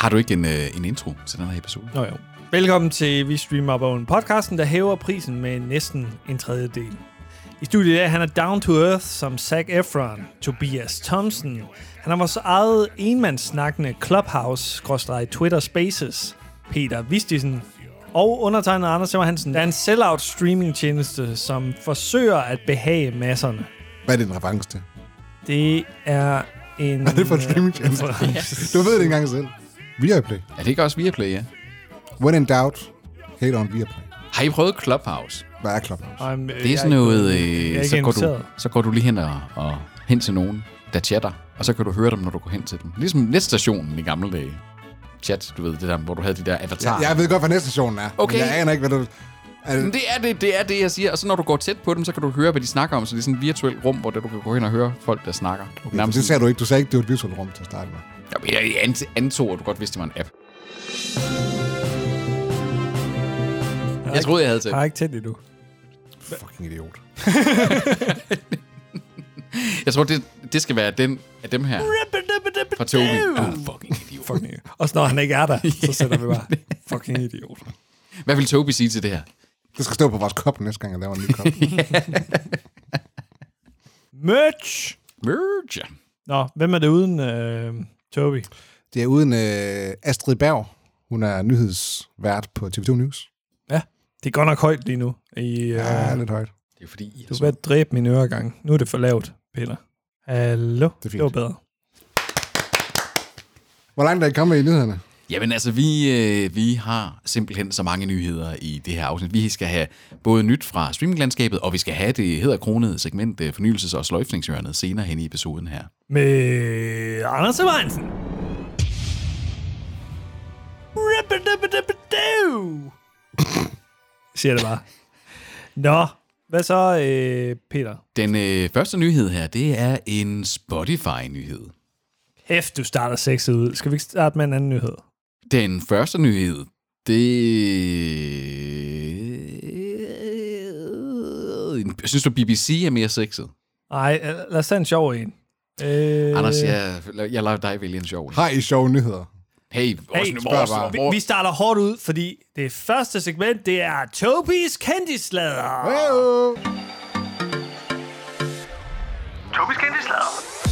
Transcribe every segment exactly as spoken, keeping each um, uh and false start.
Har du ikke en, øh, en intro til den her episode? Nå jo. Velkommen til Vi Streamer Bogen, podcasten, der hæver prisen med næsten en tredjedel. I studiet er han er down to earth som Zac Efron, Tobias Thompson. Han er vores eget enmandssnakkende Clubhouse-Twitter Spaces, Peter Vistisen. Og undertegnet Anders Simmer Hansen, der er en sell-out streamingtjeneste, som forsøger at behage masserne. Hvad er det en reference til? Det er en... Hvad er det for en streamingtjeneste? Du ved det ikke engang selv. Viaplay. Er det ikke også Viaplay, ja? When in doubt, hate on Viaplay. Har I prøvet Clubhouse? Hvad er Clubhouse? Um, Det er sådan noget, øh, så, går du, inviteret. så går du lige hen og, og hen til nogen, der chatter, og så kan du høre dem, når du går hen til dem. Ligesom netstationen i gamle dage. Chat, du ved, det der, hvor du havde de der avatarer. Jeg, jeg ved godt, hvad næste station er. Okay. Men jeg aner ikke, hvad du... Er Men det er det, det er det, jeg siger. Og så når du går tæt på dem, så kan du høre, hvad de snakker om. Så det er sådan et virtuelt rum, hvor du kan gå hen og høre folk, der snakker. Okay, det sagde du ikke. Du sagde ikke, det var et virtuelt rum til at starte med. Jamen, jeg antog, at du godt vidste, det var en app. Jeg, jeg troede, jeg havde til. Jeg har ikke tændt endnu. Fucking idiot. Jeg tror, det, det skal være den af dem her. Fra Tobi. Oh, fucking idiot. Fucking idiot. Også når han ikke er der, så sætter vi bare fucking idiot. Hvad vil Tobi sige til det her? Det skal stå på vores kop næste gang, jeg laver en ny kop. Merch! Merge. Nå, hvem er det uden øh, Tobi? Det er uden øh, Astrid Berg. Hun er nyhedsvært på T V to News. Ja, det er godt nok højt lige nu. I, øh, Ja, lidt højt. Det er fordi, I du er ved at dræbe min øregang. Nu er det for lavt, Peter. Hallo? Det er fint. Det var bedre. Hvor langt er I kommet i nyhederne? Jamen altså, vi, øh, vi har simpelthen så mange nyheder i det her afsnit. Vi skal have både nyt fra streaminglandskabet, og vi skal have det hedderkronede segment øh, fornyelses- og sløjfningshjørnet senere hen i episoden her. Med Anders Simmer siger det bare. Nå, hvad så, øh, Peter? Den øh, første nyhed her, det er en Spotify-nyhed. Hæft, du starter sexet ud. Skal vi ikke starte med en anden nyhed? Den første nyhed, det... Synes du, B B C er mere sexet? Nej, lad os tage en sjov en. Øh... Anders, jeg, jeg lader dig vælge en sjov en. Har I sjove nyheder? Hey, vores, Hey, vores, bare. Vi, vi starter hårdt ud, fordi det første segment, det er Tobis kendisladder. Hello. Tobis kendisladder.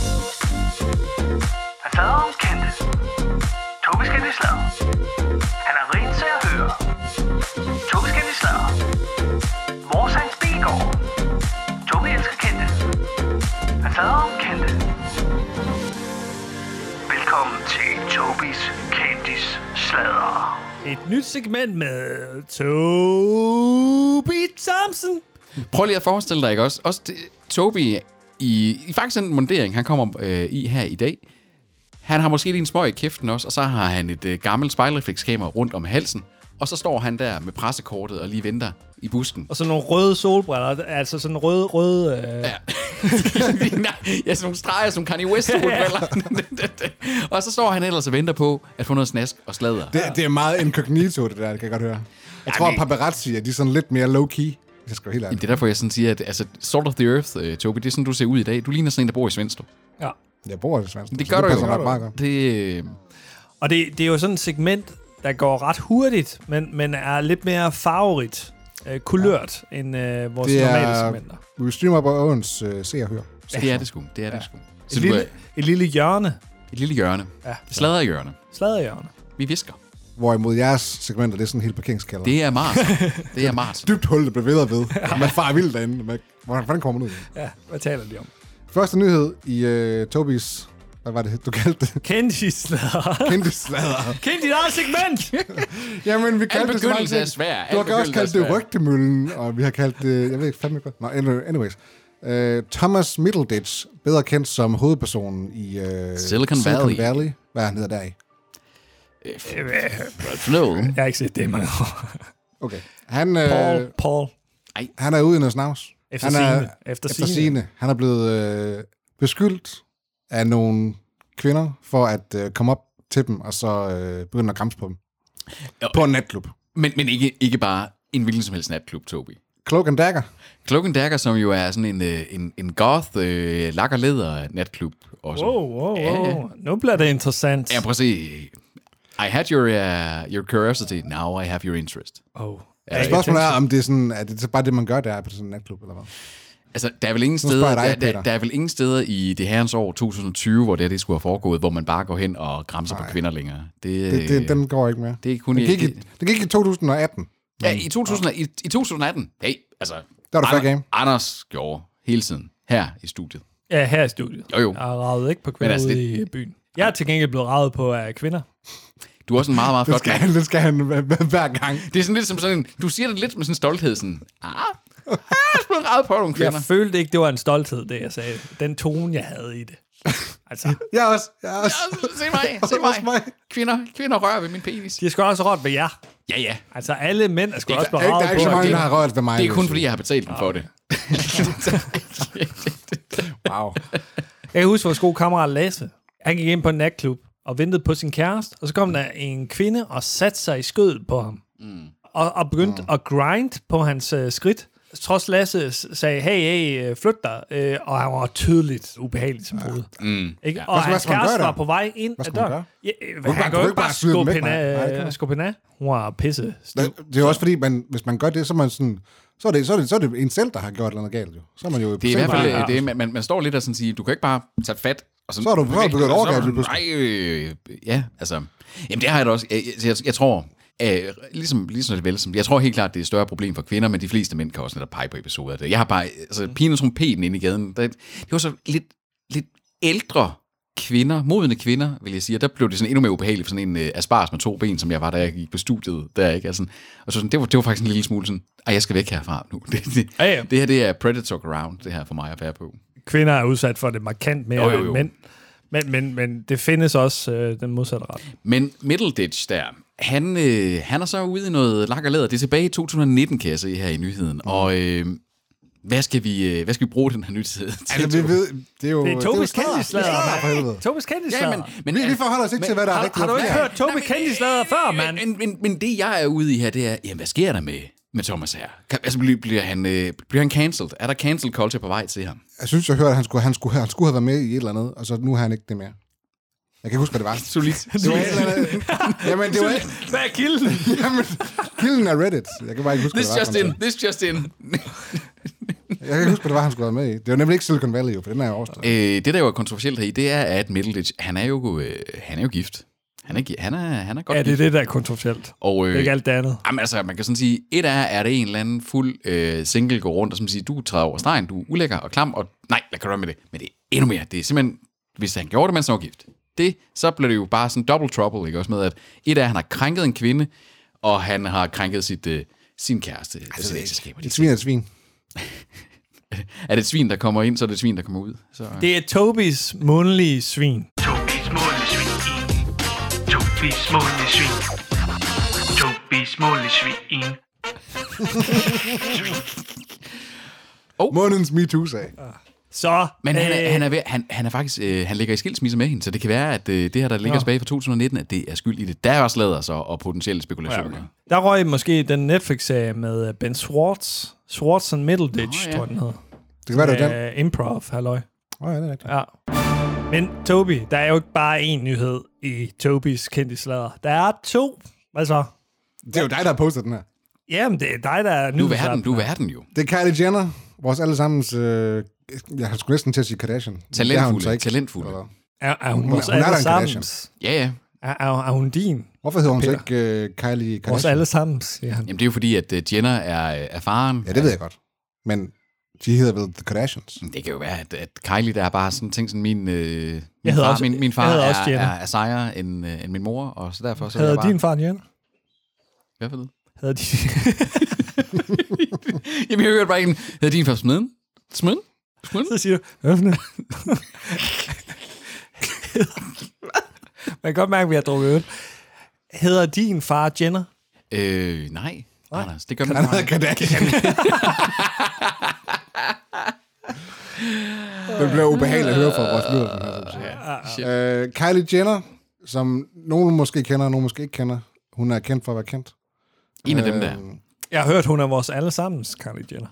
Han sladrer om kendte. Tobis kendisladder. Han er rent til at høre. Tobis kendisladder. Vores Hans Bilgaard. Tobi elsker kendte. Han sladrer om kendte. Velkommen til Tobis kendisladder. Et nyt segment med Tobi Thompson. Prøv lige at forestille dig, ikke også? Også det, Tobi, i, i faktisk en mundering, han kommer øh, i her i dag, han har måske lige en smøg i kæften også, og så har han et øh, gammelt spejlreflekskamera rundt om halsen, og så står han der med pressekortet og lige venter i busken. Og så nogle røde solbriller, altså sådan røde, røde... Øh... Ja. ja, sådan nogle streger, som Kanye West og så står han ellers og venter på at få noget snask og sladder. Det, det er meget incognito, det der, det kan jeg godt høre. Jeg tror, at paparazzi er de sådan lidt mere low-key. Jeg skal helt ærligt. Det er derfor, jeg sådan siger, at altså, Salt of the Earth, uh, Tobi, det er sådan, du ser ud i dag. Du ligner sådan en, der bor i Svendstrup. Ja. Jeg bor i Svendstrup. Det gør du jo. jo. Ret meget godt. Det, Og det, det er jo sådan et segment, der går ret hurtigt, men, men er lidt mere farverigt, øh, kulørt, ja. end øh, vores det normale er, segmenter. Vi streamer på Åens øh, se og hør. det er det sgu. Det er det sgu. Så Et du lille, er et lille hjørne. et lille hjørne. Ja. Sladderhjørne. Sladderhjørne. Vi visker. Hvorimod jeres segmenter, det er sådan en helt parkeringskælder. Det er Mars. Det er Mars. Dybt hul, det bliver ved og ved. Man farer vildt derinde. Man- Hvordan hvordan kommer man ud? Ja, hvad taler de om? Første nyhed i øh, Tobis... Hvad var det, du kaldte det? Kendisladder. Kendte sladder. Kend dit eget segment! Jamen, vi kaldte det så mange begyndelse er ting. svær. Du Al har også begyndelse er kaldt det svær. rygtemøllen, og vi har kaldt det... Jeg ved ikke fandme godt. Nå, anyway- anyways. Uh, Thomas Middleditch, bedre kendt som hovedpersonen i uh, Silicon Silicon Valley. Valley. Hvad er han hedder der i? Flow. Jeg har ikke set det i mange år. Okay. Han, uh, Paul, Paul. han er ude i noget snavs. Efter han er, sigende. Efter Efter sigende. sigende. Han er blevet øh, beskyldt af nogle kvinder for at øh, komme op til dem, og så øh, begynde at gramse på dem. Jo, På en natklub. Men, men ikke, ikke bare en hvilken som helst natklub, Tobi. Cloak and Dagger. Cloak and Dagger, som jo er sådan en, øh, en, en goth, øh, lak og læder natklub også. Wow, wow, Ja, ja. wow. Nu bliver det interessant. Ja, prøv at se. I had your, uh, your curiosity, now I have your interest. Oh. Ja, spørgsmålet er, om det er sådan, er det bare det, man gør der på sådan en natklub, eller hvad? Altså, der er vel ingen spørger steder, jeg dig, der, der, Peter. der er vel ingen steder i det herrens år to tusind og tyve, hvor det, her, det skulle have foregået, hvor man bare går hen og græmser på kvinder længere. Det, Det, det, den går ikke mere. det er kun Det i, gik, i, det, det gik i to tusind og atten. ja, i, to tusind, i, i to tusind og atten. Hey, altså, Der var det fair game. Anders gjorde hele tiden her i studiet. Ja, her i studiet. Jo, jo. Jeg har ravet ikke på kvinder altså, ude det- i byen. Jeg er til gengæld blevet ravet på af kvinder. Du er også en meget, meget Det flot skal mand. han, det skal han hver- hver gang. Det er sådan lidt som sådan en, du siger det lidt med sådan en stolthed, sådan, ah, jeg er sgu ret på nogle kvinder. Jeg følte ikke, det var en stolthed, det jeg sagde. Den tone, jeg havde i det. Altså, Jeg er også. Jeg er også. Ja, se mig, se Også mig. mig. Kvinder, kvinder rører ved min penis. de skal også rørt ved jer. Ja, ja. Altså, alle mænd er sgu Det er også klart. blevet Der er ravet ikke så på. mange, det- der har rørt ved mig. Det er kun vil fordi, jeg har betalt dem for det. jeg sige. Wow. Jeg kan huske vores gode kammerat Lasse. Han gik ind på en natklub og ventede på sin kæreste, og så kom der en kvinde og satte sig i skødet på ham. Mm. Og, og begyndte mm. at grind på hans uh, skridt. Trods Lasse s- sagde, hey, hey, flyt dig. Uh, og han var tydeligt ubehageligt som hovedet. Mm. Ikke? Hvad Og skal- hvad hans skal man gøre kæreste der? var på vej ind Hvad ad skal man døren. gøre? Ja, kan han du kan jo ikke ikke bare bare skyde dem skubbe væk, nej? Nej, det kan hende, du. uh, skubbe hende af. Hun var pisse. Det, det er jo også fordi, man, hvis man gør det, så er man sådan... Så er, det, så, er det, så er det en selv, der har gjort noget galt, jo. Så er man jo... Det er i hvert fald, bare- øh, det er, man, man, man står lidt og sådan siger, du kan ikke bare tage fat, og Så er du- så er du begyndt overgreb lige Nej, øh, ja, altså, jamen det har jeg da også, jeg, jeg, jeg tror, øh, ligesom, ligesom det vel, som, jeg tror helt klart, det er et større problem for kvinder, men de fleste mænd kan også netop pege på episoder af det. Jeg har bare, altså, pigen og trompeten inde i gaden, det, det var så lidt, lidt ældre kvinder, modne kvinder, vil jeg sige, og der blev det sådan endnu mere ubehageligt for sådan en uh, aspars med to ben, som jeg var, da jeg gik på studiet, der, ikke? Altså, og så sådan, det var, det var faktisk en lille smule sådan, ej, jeg skal væk herfra nu. Det, det, Ja, ja. det her, det er predator ground, det her for mig at være på. Kvinder er udsat for det markant mere Jo, jo, jo. end mænd. Men, men, men det findes også øh, den modsatte ret. Men Middleditch der, han, øh, han er så ude i noget lak og læder. Det er tilbage i to tusind og nitten, kan jeg se her i nyheden. Og øh, hvad, skal vi, øh, hvad skal vi bruge den her nyhed til? Altså, vi ved... Det er jo... Det er Tobis sladder. kendisslader. Det er sladder, for helvede. Tobis kendisslader. Ja, men, men, Vi, vi forholder os ikke til, hvad der er har, rigtigt. har du ikke Ja. hørt Tobi kendisslader før, mand? men, men, men det, jeg er ude i her, det er, jamen, hvad sker der med, med Thomas her? Kan, altså, bliver, bliver, han, øh, bliver han cancelled? Er der cancel culture på vej til ham? Jeg synes, jeg hørte, at han skulle, han, skulle, han skulle have været med i et eller andet, og så nu har han ikke det mere. Jeg kan ikke huske, hvad det var. Solidt. Det var et eller andet... Jamen, det var... Hvad er kilden? Jamen, kilden er Reddit. Jeg kan bare ikke huske, This hvad just det var. in, this just in. Jeg kan ikke huske, hvad det var, han skulle have med i. Det var nemlig ikke Silicon Valley, jo, for den er jo overstået. øh, det, der jo er kontroversielt her i, det er, at Middleditch, han er jo, øh, han er jo gift. Han er, gi- han er, han er godt Ja, det er gift. det, der er kontroversielt. Og, Det er øh, ikke alt det andet. Jamen altså, man kan sådan sige, et er, er det en eller anden fuld øh, single går rundt og som siger, du træder over stregen, du er ulækker og klam, og nej, lad kan du med det. Men det er endnu mere. Det er simpelthen, hvis han gjorde det, mens han var gift. Det, så bliver det jo bare sådan double trouble, ikke? Også med, at et er, at han har krænket en kvinde, og han har krænket sit, øh, sin kæreste. Altså, sit ægteskab. Et svin er et svin. Er det et svin, der kommer ind, så er det et svin, der kommer ud. Så, Det er Tobis mundlige svin. Tobis målesvin. Tobis målesvin. Tobis målesvin. Månedens MeToo-sag. Så, men han er, øh, han, er ved, han, han er faktisk, øh, han ligger i skilsmisse med hende, så det kan være, at øh, det her, der ligger Nå. tilbage fra to tusind og nitten, at det er skyld i det. Der er også lader så og potentielle spekulationer. Ja, okay. Der røg måske den Netflix-serie med øh, Ben Schwartz. Schwartz and Middleditch, Nå, ja. tror jeg, den hedder. Det kan være, det er den. Uh, improv, halløj. Åh, ja, det er rigtigt. Ja. Men Tobi, der er jo ikke bare én nyhed i Tobis kendisslader. Der er to. Hvad så? Det er jo dig, der har postet den her. Jamen, det er dig, der er Du er nyhedsvært. verden, du er verden jo. Det er Kylie Jenner, vores allesammens... Øh, jeg har sgu næsten til at sige Kardashian. Det har hun så Talentfulde, ikke. talentfulde. Eller- Er, er hun, Hun- vores hun er da en allesammens? Ja, ja. Er, er, er hun din? Hvorfor hedder hun så Peter. ikke uh, Kylie Vores Kardashian? allesammens, siger han. Jamen, det er jo fordi, at uh, Jenner er, er faren. Ja, det ved jeg godt. Men de hedder vel The Kardashians. Det kan jo være, at, at Kylie, der er bare sådan ting, sådan min, øh, min hedder far, også- min, min jeg far hedder er, også er, Jenner. er sejere end, øh, end min mor, og så derfor så vil jeg Hedder bare... din far Jen? Hvad for det? Hedder de... Jamen, jeg hørte bare en... Hedder din far Smeden? Smeden? Smeden? Så siger du, hvad for noget? Man kan godt mærke, at vi har drukket øl. Hedder din far Jenner? Øh, nej. Anders, det gør man Han hedder ikke. Kardashian. Det bliver ubehageligt at høre fra vores lytter, den her. Shit. Uh, Kylie Jenner, som nogen måske kender, nogen måske ikke kender. Hun er kendt for at være kendt. En af dem der. Øh, Jeg har hørt, hun er vores allesammens, Kylie Jenner.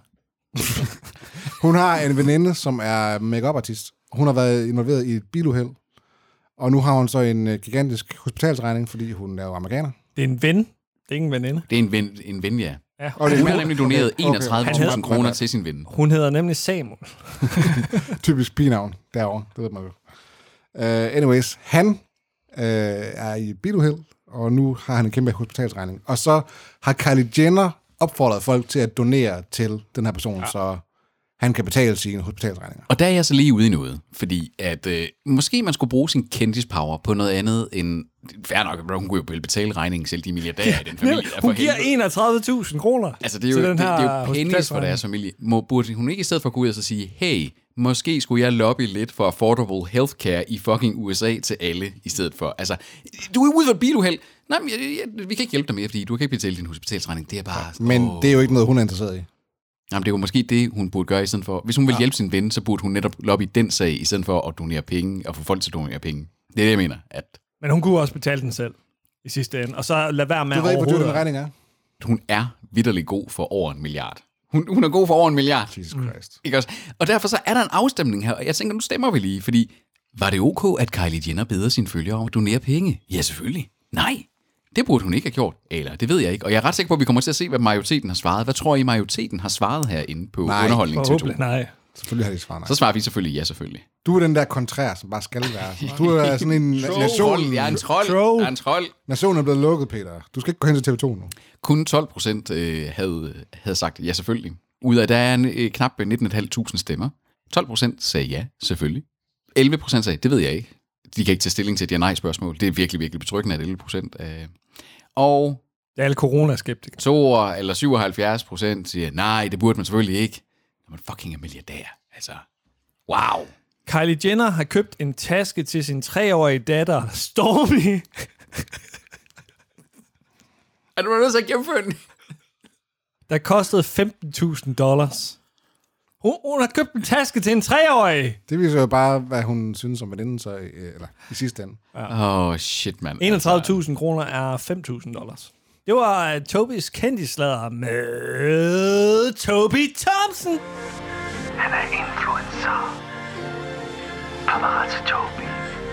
Hun har en veninde, som er make-up artist. Hun har været involveret i et biluheld, Og nu har hun så en øh, gigantisk hospitalsregning, fordi hun er jo amerikaner. Det er en ven. Det er ikke en veninde. Det er en ven, en ven ja. Ja. Og det Hun er har nemlig doneret okay, okay. enogtredive tusind Han kroner hedder- til sin ven. Hun hedder nemlig Samuel. Typisk pigenavn derovre, det ved man jo. Uh, anyways, han uh, er i biluheld, og nu har han en kæmpe hospitalsregning. Og så har Kylie Jenner opfordret folk til at donere til den her person, ja. så han kan betale sine hospitalsregninger. Og der er jeg så lige ude i noget, fordi at øh, måske man skulle bruge sin kendispower på noget andet end... Fair nok, hun kunne jo betale regningen selv, de milliardærer i den familie. er for Hun giver helvede. enogtredive tusind kroner Altså, det er jo, til det, den det, her det er jo pennies for hospitalsregning. deres familie. Må, burde hun ikke i stedet for gå ud og så sige, hey, måske skulle jeg lobby lidt for affordable healthcare i fucking U S A til alle, i stedet for... Altså, du er ude for et biluheld. Nej, men jeg, jeg, vi kan ikke hjælpe dig mere, fordi du kan ikke betale din hospitalsregning. Det er bare... Men åh. det er jo ikke noget, hun er interesseret i. Jamen, det var måske det, hun burde gøre i stedet for... Hvis hun vil hjælpe sin ven, så burde hun netop lobby den sag, i stedet for at donere penge, og få folk til at donere penge. Det er det, jeg mener. At Men hun kunne også betale den selv i sidste ende. Og så lad være med Du ved ikke, hvor dyr den overhovedet. regning er? hun er vitterlig god for over en milliard. Hun, hun er god for over en milliard. Jesus Christ. Ikke også? Og derfor så er der en afstemning her, og jeg tænker, nu stemmer vi lige, fordi var det ok, at Kylie Jenner beder sine følgere om at donere penge? Ja, selvfølgelig. Nej, det burde hun ikke have gjort. Eller, det ved jeg ikke. Og jeg er ret sikker på, at vi kommer til at se, hvad majoriteten har svaret. Hvad tror I, majoriteten har svaret herinde på Nej, underholdning til to? Forhåbentlig, nej. Selvfølgelig har de svaret nej. Så svarer vi selvfølgelig ja, selvfølgelig. Du er den der kontrær, som bare skal være. Du er sådan en nation. Jeg er en trold. Troll. Jeg er en trold. Nationen er blevet lukket, Peter. Du skal ikke gå hen til T V to nu. Kun tolv procent øh, havde, havde sagt ja, selvfølgelig. Ud af der er en, øh, knap nitten tusind fem hundrede stemmer. tolv procent sagde ja, selvfølgelig. elleve procent sagde, det ved jeg ikke. De kan ikke tage stilling til et ja-nej-spørgsmål. Det er virkelig, virkelig betryggende, at elleve procent. Øh. Og Det er alle coronaskeptikere. to eller syvoghalvfjerds procent siger, nej, det burde man selvfølgelig ikke. Når man fucking er milliardær. Altså, wow. Kylie Jenner har købt en taske til sin treårige datter, Stormy. Er du nødt til at gennemføre den? Der kostede femten tusind dollars. Hun, hun har købt en taske til en treårig. Det viser jo bare, hvad hun synes om veninden så, øh, eller i sidste ende. Åh, oh, shit, mand. enogtredive tusind kroner er fem tusind dollars. Det var uh, Tobis kendislader med Toby Thompson. Han er influencer. Paparazzi Toby.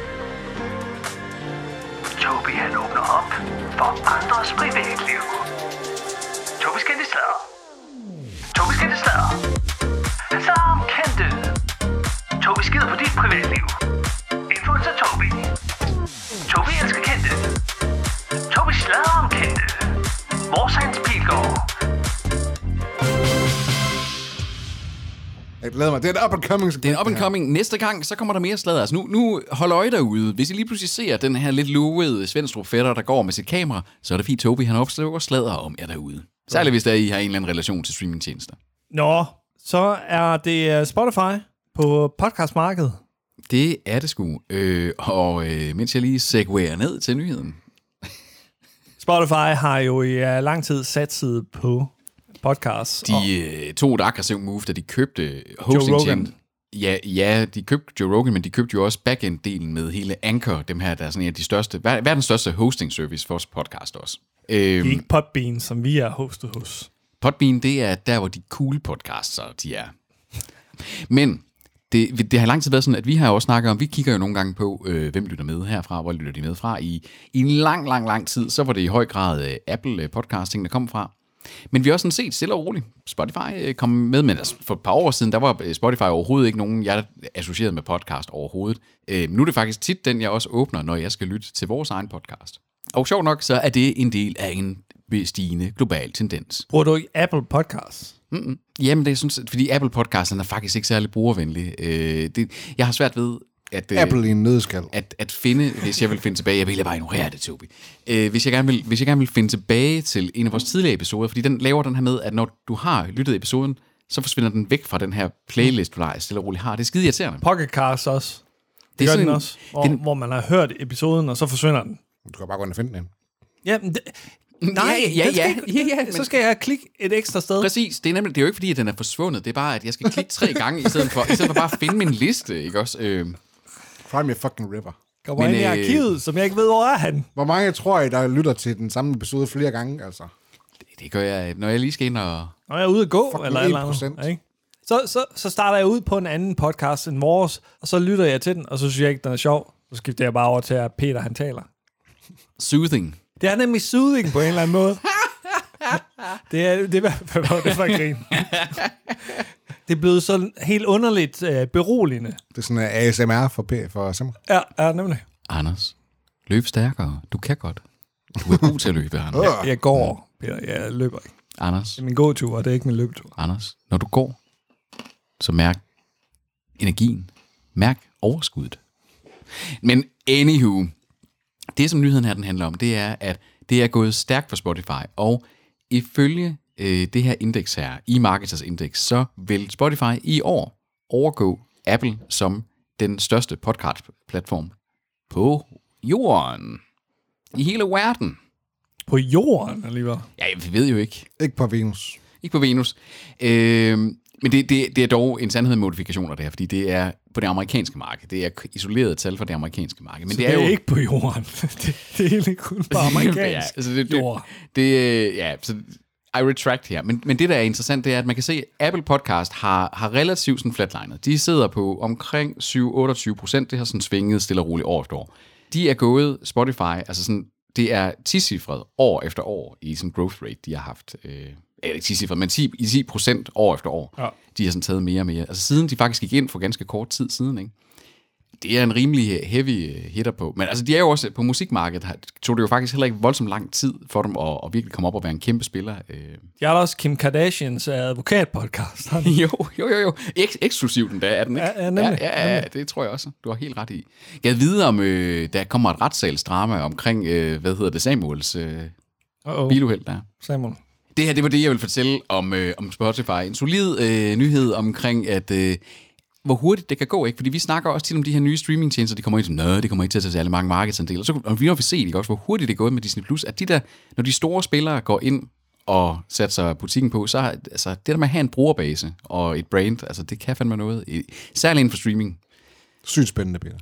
Toby han åbner op for andres privatliv. Tobis kendislader. Tobis kendislader. Han slader om kendte. Toby skider på dit privatliv. Influencer Toby. Toby elsker kendte. Toby slader om kendte. Vores Hans Pilgaard. Jeg glæder mig. Det er en up-and-coming. Det er en up-and-coming. Næste gang, så kommer der mere sladder. Altså nu, nu hold øje derude. Hvis I lige pludselig ser den her lidt luede Svendstrup fætter, der går med sit kamera, så er det fint, Toby, han opstøver sladder om jer derude. Særligt hvis der I har en eller anden relation til streamingtjenester. Nå, så er det uh, Spotify på podcastmarkedet. Det er det sgu. Øh, og øh, mens jeg lige segwayer ned til nyheden. Spotify har jo i uh, lang tid satset på podcasts. De øh, tog et aggressivt move, da de købte hosting Rogan. Ja, ja, de købte Joe Rogan, men de købte jo også backend-delen med hele Anchor, dem her, der er sådan en af de største, verdens største hosting service for os podcast også. Øhm, Det er ikke Podbean, som vi er hostet hos. Podbean, det er der, hvor de cool podcasts de er. Men det, det har lang tid været sådan, at vi har også snakket om, vi kigger jo nogle gange på, øh, hvem lytter med herfra, hvor lytter de med fra. I, I en lang, lang, lang tid, så var det i høj grad øh, Apple podcasting, der kom fra. Men vi har også sådan set stille og roligt. Spotify øh, kom med, men altså, for et par år siden, der var Spotify overhovedet ikke nogen, jeg er associeret med podcast overhovedet. Øh, nu er det faktisk tit den, jeg også åbner, når jeg skal lytte til vores egen podcast. Og sjovt nok, så er det en del af en stigende global tendens. Bruger du ikke Apple Podcasts? Mm-mm. Jamen, det er sådan, fordi Apple podcasten er faktisk ikke særlig brugervenlig. Øh, det, jeg har svært ved at, øh, Apple i en nødskal. at, at finde, hvis jeg vil finde tilbage, jeg vil bare ignorere det, Tobi. Øh, hvis, jeg gerne vil, hvis jeg gerne vil finde tilbage til en af vores tidligere episoder, fordi den laver den her med, at når du har lyttet episoden, så forsvinder den væk fra den her playlist, du der stille og roligt har. Det er skide irriterende. Pocket Casts også. Det, Det er gør sådan den en- også, hvor, den- hvor man har hørt episoden, og så forsvinder den. Du kan bare gå ind og finde den. Ja, men det, nej, ja, den ja, skal, ja, ja, men- så skal jeg klikke et ekstra sted. Præcis, det er nemlig, det er jo ikke fordi, at den er forsvundet, det er bare, at jeg skal klikke tre gange, i stedet for, i stedet for bare at finde min liste, ikke også? Øh, Find me a fucking river. Kommer men, ind i øh, arkivet, som jeg ikke ved, hvor er han. Hvor mange tror I, der lytter til den samme episode flere gange, altså? det, det gør jeg, når jeg lige skal ind og... Når jeg er ude at gå, Fucking eller et en eller andet. procent. Ikke? Så, så, så starter jeg ud på en anden podcast end vores, og så lytter jeg til den, og så synes jeg ikke, den er sjov. Så skifter jeg bare over til, at Peter han taler. Soothing. Det er nemlig soothing på en eller anden måde. det er det er hvad var det for en grin. Det er blevet sådan helt underligt øh, beroligende. Det er sådan en A S M R for, P- for Simmer. Ja, ja, nemlig. Anders, løb stærkere. Du kan godt. Du er god til at løbe, Anders. Jeg, jeg går, Peter. Jeg løber ikke. Anders, Det er min gåtur, og det er ikke min løbetur. Anders, når du går, så mærk energien. Mærk overskuddet. Men anywho, det som nyheden her den handler om, det er, at det er gået stærkt for Spotify, og ifølge øh, det her indeks her, i Marketers Index, så vil Spotify i år overgå Apple som den største podcast-platform på jorden. I hele verden. På jorden alligevel. Ja, vi ved jo ikke. Ikke på Venus. Ikke på Venus. Øh, men det, det, det er dog en sandhed med modifikationer, det her, fordi det er på det amerikanske marked. Det er isoleret tal for det amerikanske marked. Men Så det er, det er jo ikke på jorden. det, det er egentlig kun på amerikansk ja, altså det, det, jord. det, ja, så I retract her. Men, men det, der er interessant, det er, at man kan se, at Apple Podcast har, har relativt sådan flatlinet. De sidder på omkring syv til otteogtyve procent. Det har sådan svinget stille og roligt år efter år. De er gået Spotify, altså sådan, det er ti-cifret år efter år i sådan growth rate, de har haft. Øh, eller ikke ti-cifret, men ti, i ti procent år efter år. Ja. De har sådan taget mere og mere. Altså siden de faktisk gik ind for ganske kort tid siden, ikke? Det er en rimelig heavy hitter på. Men altså, de er jo også på musikmarkedet. Tog det jo faktisk heller ikke voldsomt lang tid for dem at, at virkelig komme op og være en kæmpe spiller. Jeg har også Kim Kardashians advokatpodcast. jo, jo, jo, jo. Ek- eksklusivt den der er den, ikke? Ja, ja, nemlig. Ja, ja, ja, det tror jeg også. Du har helt ret i. Jeg ved om, øh, der kommer et retssalsdrama omkring, øh, hvad hedder det, Samuels øh, biluheld der. Samuel. Det her, det var det, jeg vil fortælle om, øh, om Spotify. En solid øh, nyhed omkring, at øh, hvor hurtigt det kan gå, ikke? Fordi vi snakker også tit om de her nye streamingtjenester, de kommer ind som, nej, det kommer ikke til at tage særlig mange markedsandele. Og så og vi har set, ikke, også, hvor hurtigt det er gået med Disney Plus, at de der, når de store spillere går ind og sætter sig butikken på, så altså, det der med at have en brugerbase og et brand, altså det kan fandme noget, særligt inden for streaming. Sygt spændende, Peter.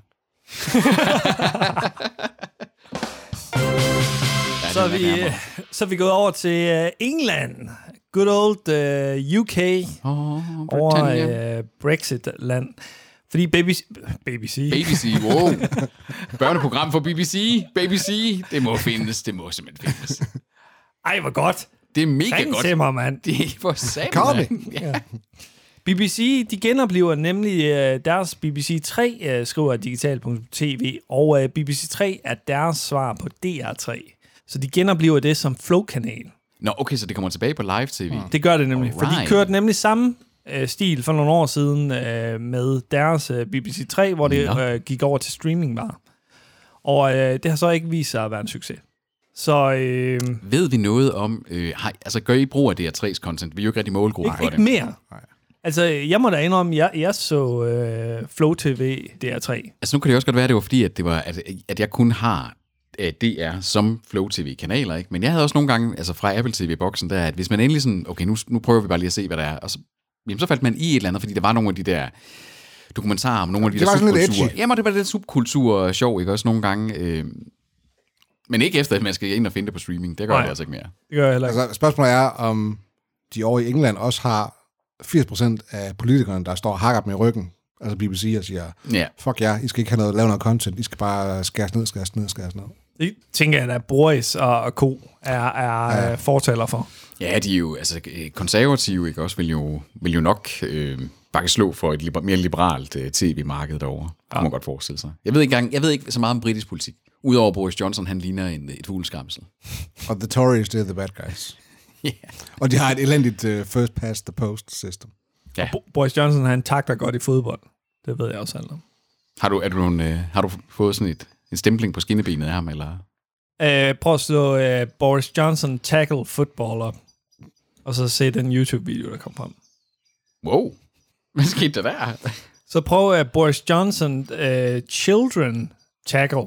Så er, vi, så er vi gået over til uh, England. Good old uh, U K. Oh, over uh, Brexit-land. Fordi B B C... B B C. B B C, wow. Børneprogram for B B C. B B C, det må findes. Det må simpelthen findes. Ej, hvor godt. Det er mega Ring godt. til mig, mand. Det er for satan, Kom mand. Ja. B B C, de genoplever nemlig uh, deres B B C tre, uh, skriver digital punktum t v, og uh, B B C tre er deres svar på D R tre. Så de genoplever det som Flow-kanal. Nå, okay, så det kommer tilbage på live-tv. Mm. Det gør det nemlig, Alright. for de kørte nemlig samme øh, stil for nogle år siden øh, med deres øh, B B C tre, hvor det øh, gik over til streaming bare. Og øh, det har så ikke vist sig at være en succes. Så øh, Ved vi noget om, øh, har, altså gør I brug af D R tre's content? Vi er jo ikke rigtig målgruppe ikke, for ikke det. mere. Nej. Altså, jeg må da indrømme, jeg, jeg så øh, Flow T V D R tre. Altså nu kan det også godt være, at det var fordi, at, det var, at, at jeg kun har D R som Flow T V-kanaler, ikke? Men jeg havde også nogle gange, altså fra Apple T V-boksen, der, at hvis man endelig sådan, okay, nu, nu prøver vi bare lige at se, hvad der er, og så, jamen, så faldt man i et eller andet, fordi der var nogle af de der dokumentarer om nogle af de det der var sådan lidt subkulturer. edgy. Jamen, det var det der subkultur sjov, ikke? Også nogle gange. Øh, men ikke efter, at man skal ind og finde det på streaming. Det gør Nej. det altså ikke mere. Det gør jeg heller ikke. Altså, spørgsmålet er, om de over i England også har firs procent af politikerne, der står og hakker dem i ryggen, altså B B C, og siger, Ja. fuck jer, I skal ikke have noget, lave noget content, I skal bare skæres ned, skæres ned, skæres ned. Det tænker jeg, at Boris og, og Co. er, er ja. fortaler for. Ja, de er jo, altså konservative, ikke? Også vil jo, vil jo nok øh, bare slå for et liber, mere liberalt øh, tv-marked derovre. Det kan man godt forestille sig. Jeg ved ikke engang, jeg ved ikke så meget om britisk politik. Udover Boris Johnson, han ligner en, et fugleskramsel. Og the Tories, det er the bad guys. Yeah. Og de har et elendigt uh, first past the post system. Ja. Bo- Boris Johnson, han takter godt i fodbold. Det ved jeg også alt om. Har du, er du nogle, øh, har du fået sådan et, en stempling på skinnebenet af ham, eller? Uh, prøv at slå uh, Boris Johnson tackle football op. Og så se den YouTube-video, der kom frem. Wow. Hvad skete der der? Så prøv uh, Boris Johnson uh, children tackle.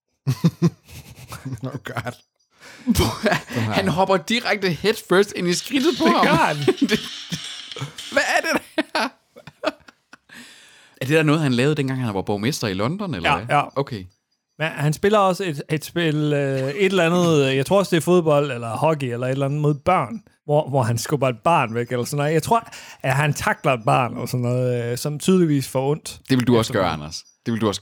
Oh god. Han hopper direkte head first ind i skridtet på Det ham. gør han. Hvad er det der? Er det der noget, han lavede, dengang han var borgmester i London, eller Ja, hvad? ja. Okay. Men han spiller også et, et spil, øh, et eller andet, jeg tror også det er fodbold, eller hockey, eller et eller andet mod børn, hvor, hvor han skubber et barn væk, eller sådan noget. Jeg tror, at han takler et barn, og sådan noget, øh, som tydeligvis får ondt. Det vil du også gøre, Anders. Det vil du også gøre.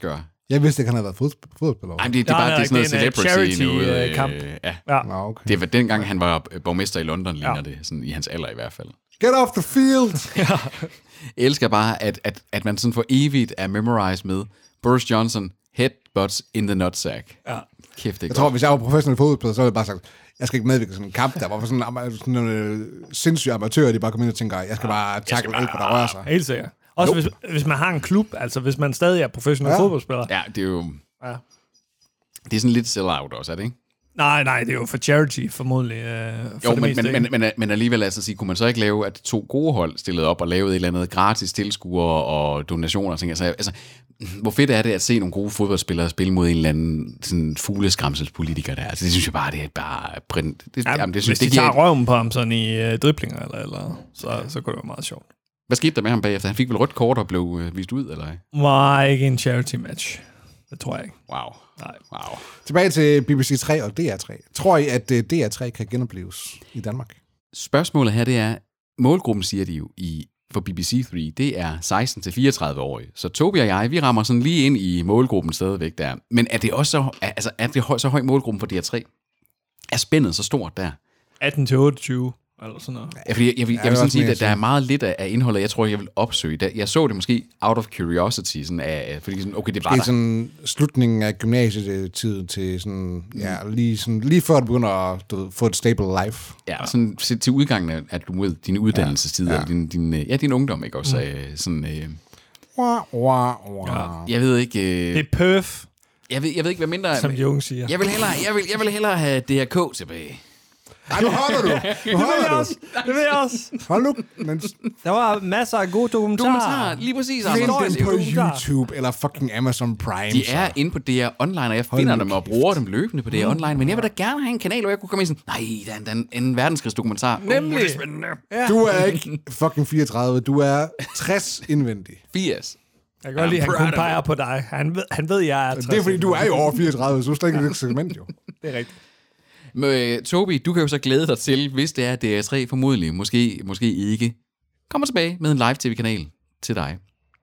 Jeg vidste ikke, han havde været fod- fodboldspiller. Nej, det, det er Nej, bare nej, det er sådan noget det er en, celebrity uh, nu. charity-kamp. Øh, ja. Ja. Nå, okay. Det var dengang, han var borgmester i London, ligner Ja. det. Sådan i hans alder i hvert fald. Get off the field! Jeg elsker bare, at, at, at man sådan for evigt er memorized med Boris Johnson, headbutts in the nutsack. Ja. Kæft, det er Jeg tror, hvis jeg var professionel fodboldspiller, så ville jeg bare sagt, jeg skal ikke medvirke i sådan en kamp, der var sådan, am- sådan nogle øh, sindssyge amatører, de bare kommer ind og tænker, jeg skal bare tackle alt, hvad der rører sig. Helt sikkert. Også hvis, hvis man har en klub, altså hvis man stadig er professionel Ja. ja. fodboldspiller. Ja, det er jo... Ja. Det er sådan lidt sell-out også, er det ikke? Nej, nej, det er jo for charity, formodentlig. Øh, for Jo, det men, meste, men, men, ikke? men, men alligevel altså sige, kunne man så ikke lave, at to gode hold stillede op og lavede et eller andet gratis tilskuere og donationer og ting. Altså, altså, hvor fedt er det at se nogle gode fodboldspillere spille mod en eller anden sådan fugleskramselspolitiker der? Altså, det synes jeg bare, det er bare print. Det, Ja, jamen, det, hvis synes, de det giver tager et- røven på ham sådan i øh, driblinger, eller, eller, så, så kunne det være meget sjovt. Hvad skete der med ham bagefter? Han fik vel rødt kort og blev øh, vist ud, eller hvad? Nej, ikke en charity match. Det tror jeg ikke. Wow. Nej. Wow. Tilbage til B B C tre og D R tre. Tror I, at øh, D R tre kan genopleves i Danmark? Spørgsmålet her, det er, målgruppen siger de jo i for B B C tre, det er seksten til fireogtredive-årige. Så Tobi og jeg, vi rammer sådan lige ind i målgruppen stadigvæk der. Men er det også så, altså, er det høj, så høj målgruppen for D R tre? Er spændet så stort der? atten til otteogtyve, eller sådan noget. Ja, fordi jeg, jeg, vil, Ja, jeg vil det er sådan også sige, mere at der er sådan. meget lidt af, af indholdet, jeg tror, jeg vil opsøge. Da, jeg så det måske out of curiosity, sådan af, fordi sådan, okay, det var Det er der. sådan slutningen af gymnasietiden til sådan, ja, lige, sådan, lige før du begynder at du ved, få et stable life. Ja, sådan til, til udgangen af, at du ved, din uddannelsestid, ja. Ja. Ja. Din, din, øh, ja, din ungdom, ikke også? Mm. Sådan, øh, Wah, wah, wah. jeg ved ikke, øh, Det er perf, jeg ved, jeg ved ikke, hvad mindre... som de unge siger. Jeg vil hellere, jeg vil, jeg vil hellere have D R K tilbage. Ej, nu holder du! Nu Det ved jeg holder du! også. Det ved jeg også. Hold nu! Men Der var masser af gode dokumentarer. Dokumentar, lige præcis. find Anders. dem på dokumentar. YouTube eller fucking Amazon Prime. De så. er inde på D R Online, og jeg Hold finder nu dem og kæft. bruger dem løbende på D R Online, men jeg vil da gerne have en kanal, hvor jeg kunne komme ind sådan, nej, der er en, der er en, en verdenskrigsdokumentar. Nemlig. Uh, det er spændende. Ja. Du er ikke fucking fireogtredive, du er tres indvendig. firs. Jeg kan godt lide, at han proud kun of peger på dig. Han ved, han ved jeg er tres. Det er fordi, du er jo over fireogtredive, så du er slet ikke i det segment, jo. Det er rigtigt. Men, øh, Tobi, du kan jo så glæde dig til, hvis det er D R tre formodentlig, måske, måske ikke, kommer tilbage med en live-tv kanal til dig.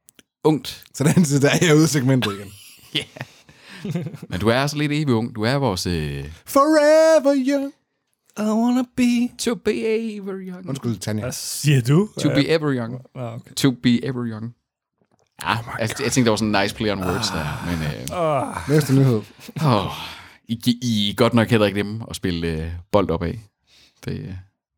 Ungt. Så den tid, der er jeg ude i segmentet igen. Men du er altså lidt evig ung. Du er vores... Øh, Forever young. I wanna be... to be ever young. Undskyld, Tanja. Hvad siger du? To be ever young. Ah, okay. To be ever young. Ja, oh jeg, jeg tænkte, der var sådan en nice play on words der. Men øh, Næste nyhed. åh, I, I er godt nok heller ikke dem at spille øh, bold op af. Det, øh.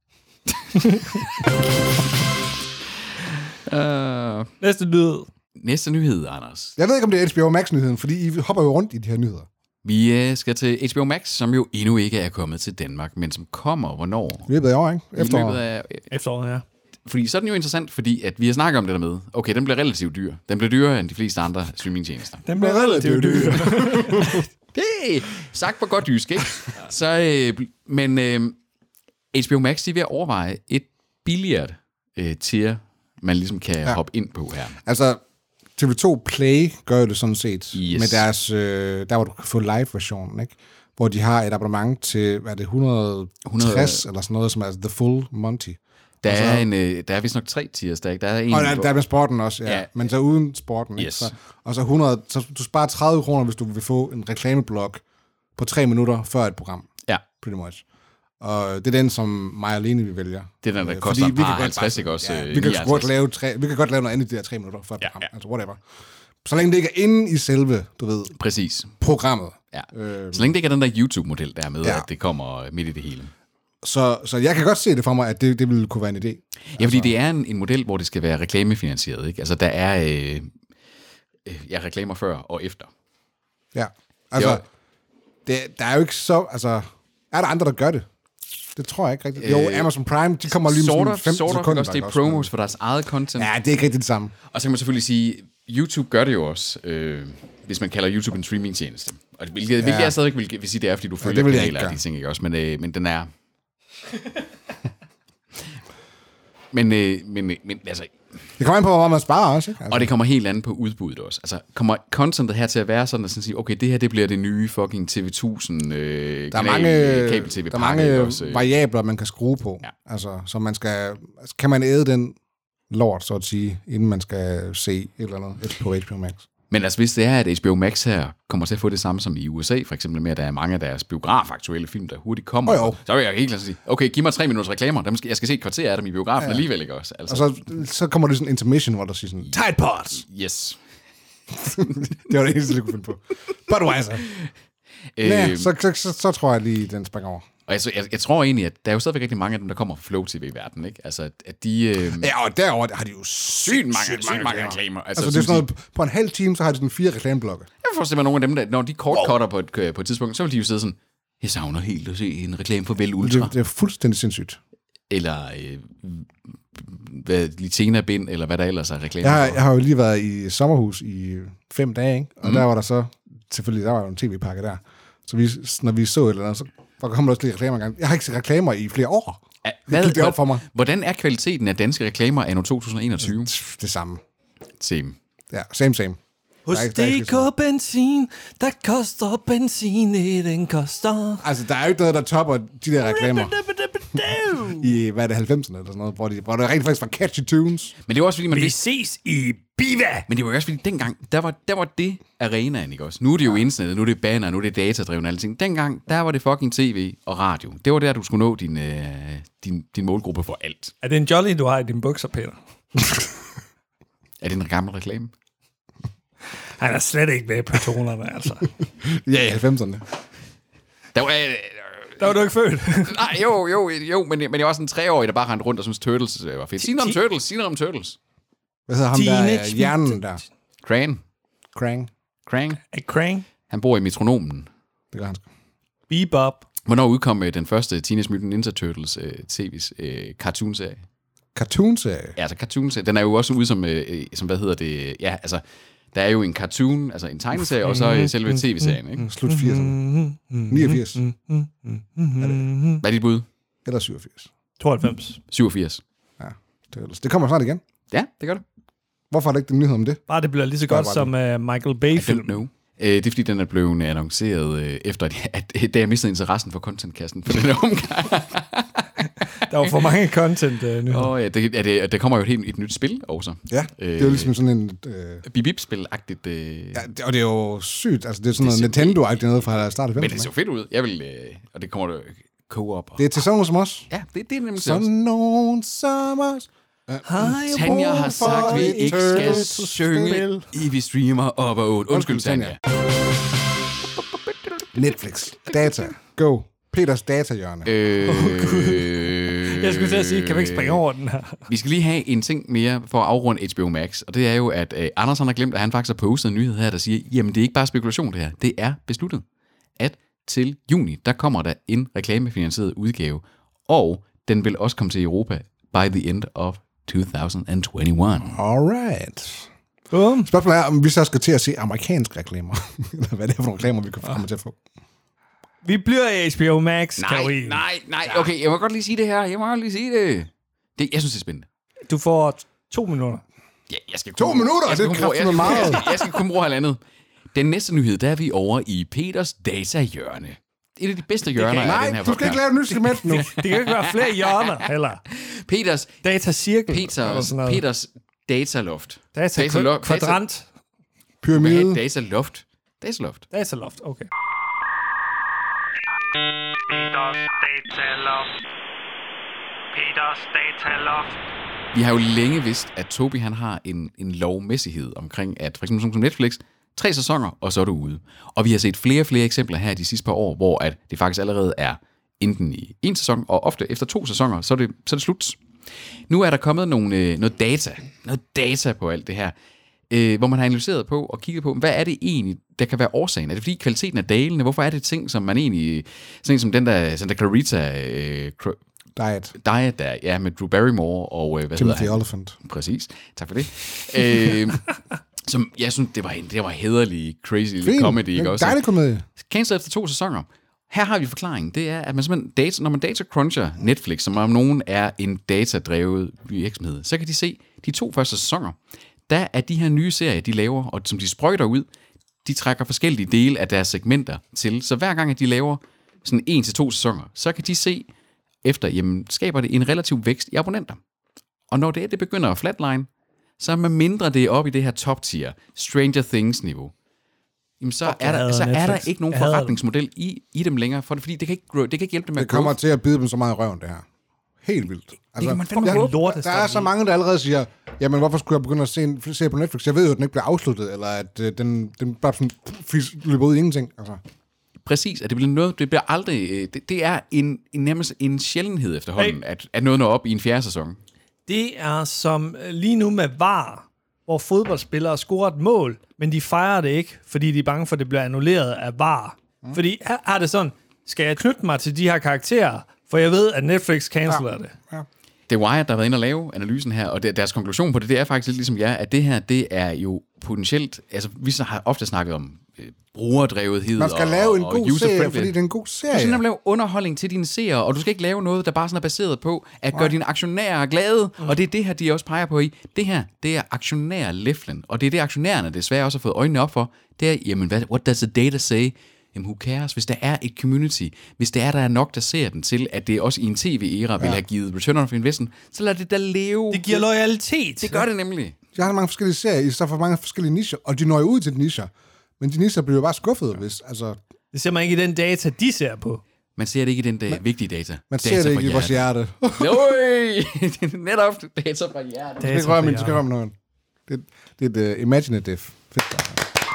uh, Næste lyd. næste nyhed, Anders. Jeg ved ikke, om det er H B O Max-nyheden, fordi I hopper jo rundt i de her nyheder. Vi øh, skal til H B O Max, som jo endnu ikke er kommet til Danmark, men som kommer hvornår? I løbet af år, ikke? I løbet Efteråret. af, Efteråret, ja. fordi så er den jo interessant, fordi at vi har snakket om det der med, okay, den bliver relativt dyr. Den bliver dyrere end de fleste andre streamingtjenester. Den bliver relativt dyr. Det sagt på godt jysk, ikke? Så, øh, men øh, H B O Max, de er ved at overveje et billigere øh, tier, man ligesom kan ja. hoppe ind på her. Altså, T V to Play gør jo det sådan set Yes. med deres, øh, der hvor du kan få live-versionen, ikke? Hvor de har et abonnement til, hvad er det, et hundrede og tres eller sådan noget, som er The Full Monty. Der Og så- er, en, øh, der er vist nok tre tiers, der, der er en... Og der, hvor- der er med sporten også, ja. Ja. ja. Men så uden sporten, ikke? Yes. Så, og så hundrede, så du sparer tredive kroner, hvis du vil få en reklameblok på tre minutter før et program, Ja, pretty much. Og det er den, som mig og Lene vi vælger. det er den, der Øh, koster fordi et vi par kan godt halvtreds, bare- ikke også? Ja, øh, vi, kan nioghalvtreds. godt lave tre, vi kan godt lave noget andet i de her tre minutter før et Ja, program, ja. altså whatever. Så længe det ikke er inde i selve, du ved, Præcis. programmet. Ja. Øh, Så længe det ikke er den der YouTube-model, der er med, Ja. at det kommer midt i det hele. så, så jeg kan godt se det for mig, at det, det ville kunne være en idé. Ja, fordi det er en, en model, hvor det skal være reklamefinansieret, ikke? Altså, der er øh, øh, ja, reklamer før og efter. Ja, altså, Jo. det, der er jo ikke så, altså, er der andre, der gør det? Det tror jeg ikke rigtigt. Jo, Øh, Amazon Prime, de kommer lige med Sort sådan of, femten sort of, sekunder. også det ikke er også? promos for deres eget content. Ja, det er ikke rigtigt det samme. Og så kan man selvfølgelig sige, YouTube gør det jo også, øh, hvis man kalder YouTube en streamingtjeneste. Og det, hvilket, ja. hvilket jeg stadig vil, vil sige, det er, fordi du følger det vil jeg kanaler ikke og gøre. de ting, ikke også? Men, øh, men den er... men, øh, men, men altså... Det kommer an på, hvor meget man sparer også, ikke? Altså, Og det kommer helt andet på udbuddet også. Altså, kommer contentet her til at være sådan, at sådan sige, okay, det her, det bliver det nye fucking T V tusind øh, der er mange, kabel-tv der er mange variabler, man kan skrue på. Ja. Altså, så man skal, kan man æde den lort, så at sige, inden man skal se et eller andet på H B O Max. Men altså, hvis det er, at H B O Max her kommer til at få det samme som i U S A, for eksempel med, at der er mange af deres biografaktuelle film, der hurtigt kommer, oh, så vil jeg helt klart sige, okay, giv mig tre minutters reklamer, dem skal, jeg skal se et kvarter af dem i biografen ja. alligevel, ikke også? Altså. Og så, så kommer det sådan en intermission, hvor der siger sådan, Tide Pods! Yes. Det var det eneste, jeg kunne finde på. Budweiser. Øh, ja, så, så, så, så tror jeg lige, den springer over. Og altså, jeg, jeg tror egentlig, at der er jo stadigvæk rigtig mange af dem, der kommer fra Flow T V i verden, ikke? Altså, at de... Øh, ja, og derover har de jo sygt mange, sygt mange, mange reklamer. Altså, altså det er sådan noget, på en halv time, så har de sådan fire reklameblokke. Jeg forestiller mig nogle af dem, der, når de kortcutter wow. på, et, på et tidspunkt, så vil de jo sidde sådan, jeg savner helt at se en reklame for Vel Ultra. Det, det er fuldstændig sindssygt. Eller øh, hvad, Litena-bind, eller hvad der ellers er reklamer jeg har, for. Jeg har jo lige været i sommerhus i fem dage, ikke? Og mm. der var der så, selvfølgelig, der var jo en tv-pakke der. Så vi, når vi så et eller andet, så der kommer der også lige reklamer engang. Jeg har ikke set reklamer i flere år. Ja, hvad, det op for mig. Hvordan er kvaliteten af danske reklamer anno to tusind og enogtyve? Det samme. Same. Ja, same, same. Hos D K Benzin, der koster benzin, den koster. Altså, der er jo ikke noget, der topper de der reklamer. I, hvad er det, halvfemserne eller sådan noget, hvor, de, hvor der rent faktisk var catchy tunes. Men det var også fordi, man Vi ses i Biva! Men det var jo også fordi, dengang, der var, der var det arenaen, ikke også? Nu er det jo internet, nu er det banner, nu er det datadrevet og alle ting. Dengang, der var det fucking tv og radio. Det var der, du skulle nå din, øh, din, din målgruppe for alt. Er det en jolly, du har i dine bukser, Peter? Er det en gammel reklame? Han er slet ikke med på tonerne, altså. Ja, i halvfemserne. Der var... Øh, Der var du ikke født. Nej, jo, jo, jo, men, men jeg var sådan en treårig, der bare rendte rundt og synes Turtles var fedt. Sig noget om Turtles, sig noget om Turtles. Hvad hedder ham der, hjernen der? Krang. Krang. Krang. Er Krang? Han bor i Metronomen. Det gør han sgu. Bebop. Hvornår udkom den første Teenage Mutant Ninja Turtles uh, tv's uh, cartoon-serie? Cartoon-serie? Ja, altså cartoon-serie. Den er jo også ude som, uh, som, hvad hedder det, ja, altså... Der er jo en cartoon, altså en tegneserie, og så selve tv-serien, ikke? Slut firserne. niogfirs. Hvad er dit bud? Eller syvogfirs. tooghalvfems. syvogfirs. Ja, det kommer snart igen. Ja, det gør det. Hvorfor er der ikke den nyhed om det? Bare det bliver lige så godt som uh, Michael Bay-film. I don't know. Uh, det er fordi, den er blevet annonceret uh, efter, at, at da jeg mistede interessen for contentkassen for den her omgang. Der var for mange content uh, nyheder. Åh oh, ja, det, er det, der kommer jo et helt et nyt spil også. Ja, det er jo ligesom sådan en... Øh... Bip-bip-spil-agtigt. Øh... Ja, det, og det er jo sygt. Altså, det er sådan noget Nintendo-agtigt noget fra start af femten. Men det ser fedt ud. Jeg vil... Øh... Og det kommer der co-op. Og... Det er til sådan nogen som os. Ja, det, det er nemlig sådan nogen som os. Uh, Tanja har sagt, at vi ikke skal synge i vi streamer op og ud. Undskyld, Tanja. Netflix. Data. Go. Peters datahjørne. Øh, Jeg skulle til at sige, kan vi ikke springe over den her? Vi skal lige have en ting mere for at afrunde H B O Max, og det er jo, at øh, Anders han har glemt, at han faktisk har postet en nyhed her, der siger, jamen det er ikke bare spekulation det her, det er besluttet, at til juni, der kommer der en reklamefinansieret udgave, og den vil også komme til Europa by the end of to thousand twenty-one. Alright. Boom. Spørgsmålet er, om vi så skal til at se amerikanske reklamer. Eller hvad det er for nogle reklamer, vi kan komme til at få. Vi bliver i H B O Max, Nej, Karin. nej, nej. Okay, jeg må godt lige sige det her. Jeg må godt lige sige det. det jeg synes, det er spændende. Du får to minutter. Ja, jeg skal to kun, minutter? Jeg skal det er kun, kraftigt meget. Jeg skal, jeg skal kun bruge halvandet. Den næste nyhed, der er vi over i Peters datahjørne. Et af de bedste hjørner af nej, den her du skal ikke lave et nyt segment nu. Det kan ikke være flere hjørner, heller. Peters Datacirkel. Peters, Peters dataloft. Data, Data kvadrant. Pyramide. Dataloft. Dataloft. Dataloft, okay. Peters dataloft. Peters dataloft. Vi har jo længe vidst, at Tobi han har en, en lovmæssighed omkring, at for eksempel som Netflix, tre sæsoner, og så er du ude. Og vi har set flere og flere eksempler her de sidste par år, hvor at det faktisk allerede er enten i en sæson, og ofte efter to sæsoner, så er det, så er det slut. Nu er der kommet nogle, øh, noget data, noget data på alt det her, øh, hvor man har analyseret på og kigget på, hvad er det egentlig, der kan være årsagen? Er det fordi kvaliteten er dalende? Hvorfor er det ting, som man egentlig, sådan en som den der Santa Clarita øh, Diet. Diet der, ja, med Drew Barrymore og øh, hvad Timothy hedder han? Olyphant. Præcis, tak for det. øh, som jeg synes, det var en, det var hederlig, crazy Fint. comedy, ikke også? Dejlig komedie. Cancel efter to sæsoner. Her har vi forklaringen. Det er, at man simpelthen data, når man data cruncher Netflix, som om nogen er en datadrevet virksomhed, så kan de se de to første sæsoner. Der er de her nye serier, de laver, og som de sprøjter ud, de trækker forskellige dele af deres segmenter til. Så hver gang, at de laver sådan en til to sæsoner, så kan de se efter, jamen, skaber det en relativ vækst i abonnenter. Og når det, det begynder at flatline, så med mindre det er oppe i det her top-tier, Stranger Things-niveau, jamen så, Okay, er der, så er der ikke nogen Jeg hader forretningsmodel i, i dem længere, for, fordi det kan, ikke, grow- det kan ikke hjælpe dem med Det kommer til at bide dem så meget i røven, det her. Helt vildt. Altså, kan man fandme jeg- håbe. Lorte der er så mange, der allerede siger, jamen hvorfor skulle jeg begynde at se, en, se på Netflix? Jeg ved jo, at den ikke bliver afsluttet, eller at øh, den, den bare sådan fis, løber ud i ingenting. Altså. Præcis, at det bliver noget, det bliver aldrig, øh, det, det er en, en nærmest en sjældenhed efterhånden, hey. at, at noget når op i en fjerde sæson. Det er som øh, lige nu med V A R, hvor fodboldspillere scorer et mål, men de fejrer det ikke, fordi de er bange for, at det bliver annulleret af V A R. Mm. Fordi her er det sådan, skal jeg knytte mig til de her karakterer, for jeg ved, at Netflix canceler ja. det. Ja. Det er Wired, der har været inde og lave analysen her, og det, deres konklusion på det, det er faktisk lidt ligesom jer, at det her, det er jo potentielt, altså vi så har ofte snakket om øh, brugerdrevethed. Man skal og, lave en og god serie, fordi det er en god Du serie. skal lave underholdning til dine seere, og du skal ikke lave noget, der bare sådan er baseret på at gøre dine aktionærer glade, mm. og det er det her, de også peger på i. Det her, det er aktionær-leflen, og det er det, aktionærerne desværre også har fået øjnene op for. Det er, jamen, hvad, what does the data say? Jamen, who cares? Hvis der er et community, hvis der er, der er nok, der ser den til, at det også i en tv-æra ja. vil have givet return on investment, så lad det da leve. Det giver loyalitet. Det gør det nemlig. De har mange forskellige serier, i stedet for mange forskellige nischer, og de når jo ud til de nischer. Men de nischer bliver jo bare skuffet, hvis, altså... Det ser man ikke i den data, de ser på. Man ser det ikke i den der vigtige data. Man data ser det fra ikke i vores hjerte. Nøj! Det er netop data fra hjertet. Det skal røre min, det skal røre noget. Det, det er et uh, imaginative. Fedt.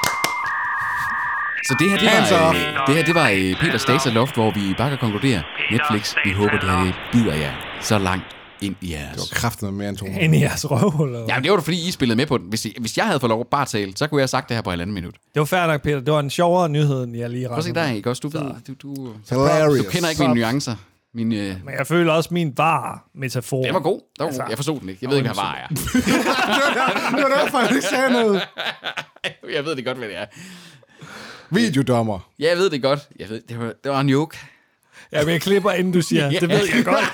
Så det her, det Hands var, off. øh, det her, det var øh, Peters Data Loft, hvor vi bare kan konkludere. Netflix, vi håber, det her det bider jer så langt ind i jeres. Det var kraftigt mere end to. Ind i jeres røvhuller. Ja, men det var da fordi, I spillede med på den. Hvis, I, hvis jeg havde fået lov at bare tale, så kunne jeg have sagt det her på halvanden minut. Det var fair nok, Peter. Det var en sjovere nyhed, end jeg lige Prøv at se rettede. der, ikke også? Du ved, du, du, Hilarious. du kender ikke mine nuancer. Mine, øh, Men jeg føler også min var-metafor. det var god. Det var Altså, god. Jeg forstod den ikke. Jeg ved ikke, hvad var er. Det var derfor, jeg ikke sagde noget. Jeg ved det godt, hvad det er. Videodommer. Ja, jeg ved det godt. Jeg ved, det var, det var en joke. Ja, men jeg klipper, inden du siger, det ved jeg godt.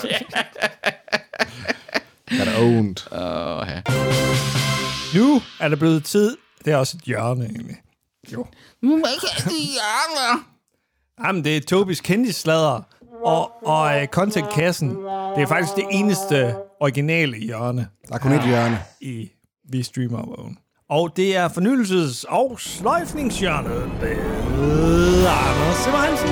Got owned. Åh, ja. Nu er det blevet tid. Det er også et hjørne, egentlig. Jo. Jamen, det er Tobis kendisslader. Og, og uh, Content-kassen, det er faktisk det eneste originale hjørne Der er kun et hjørne. i Vi Streamer Own. Og det er fornyelses- og sløjfningshjørnet med Anders Simmer Hansen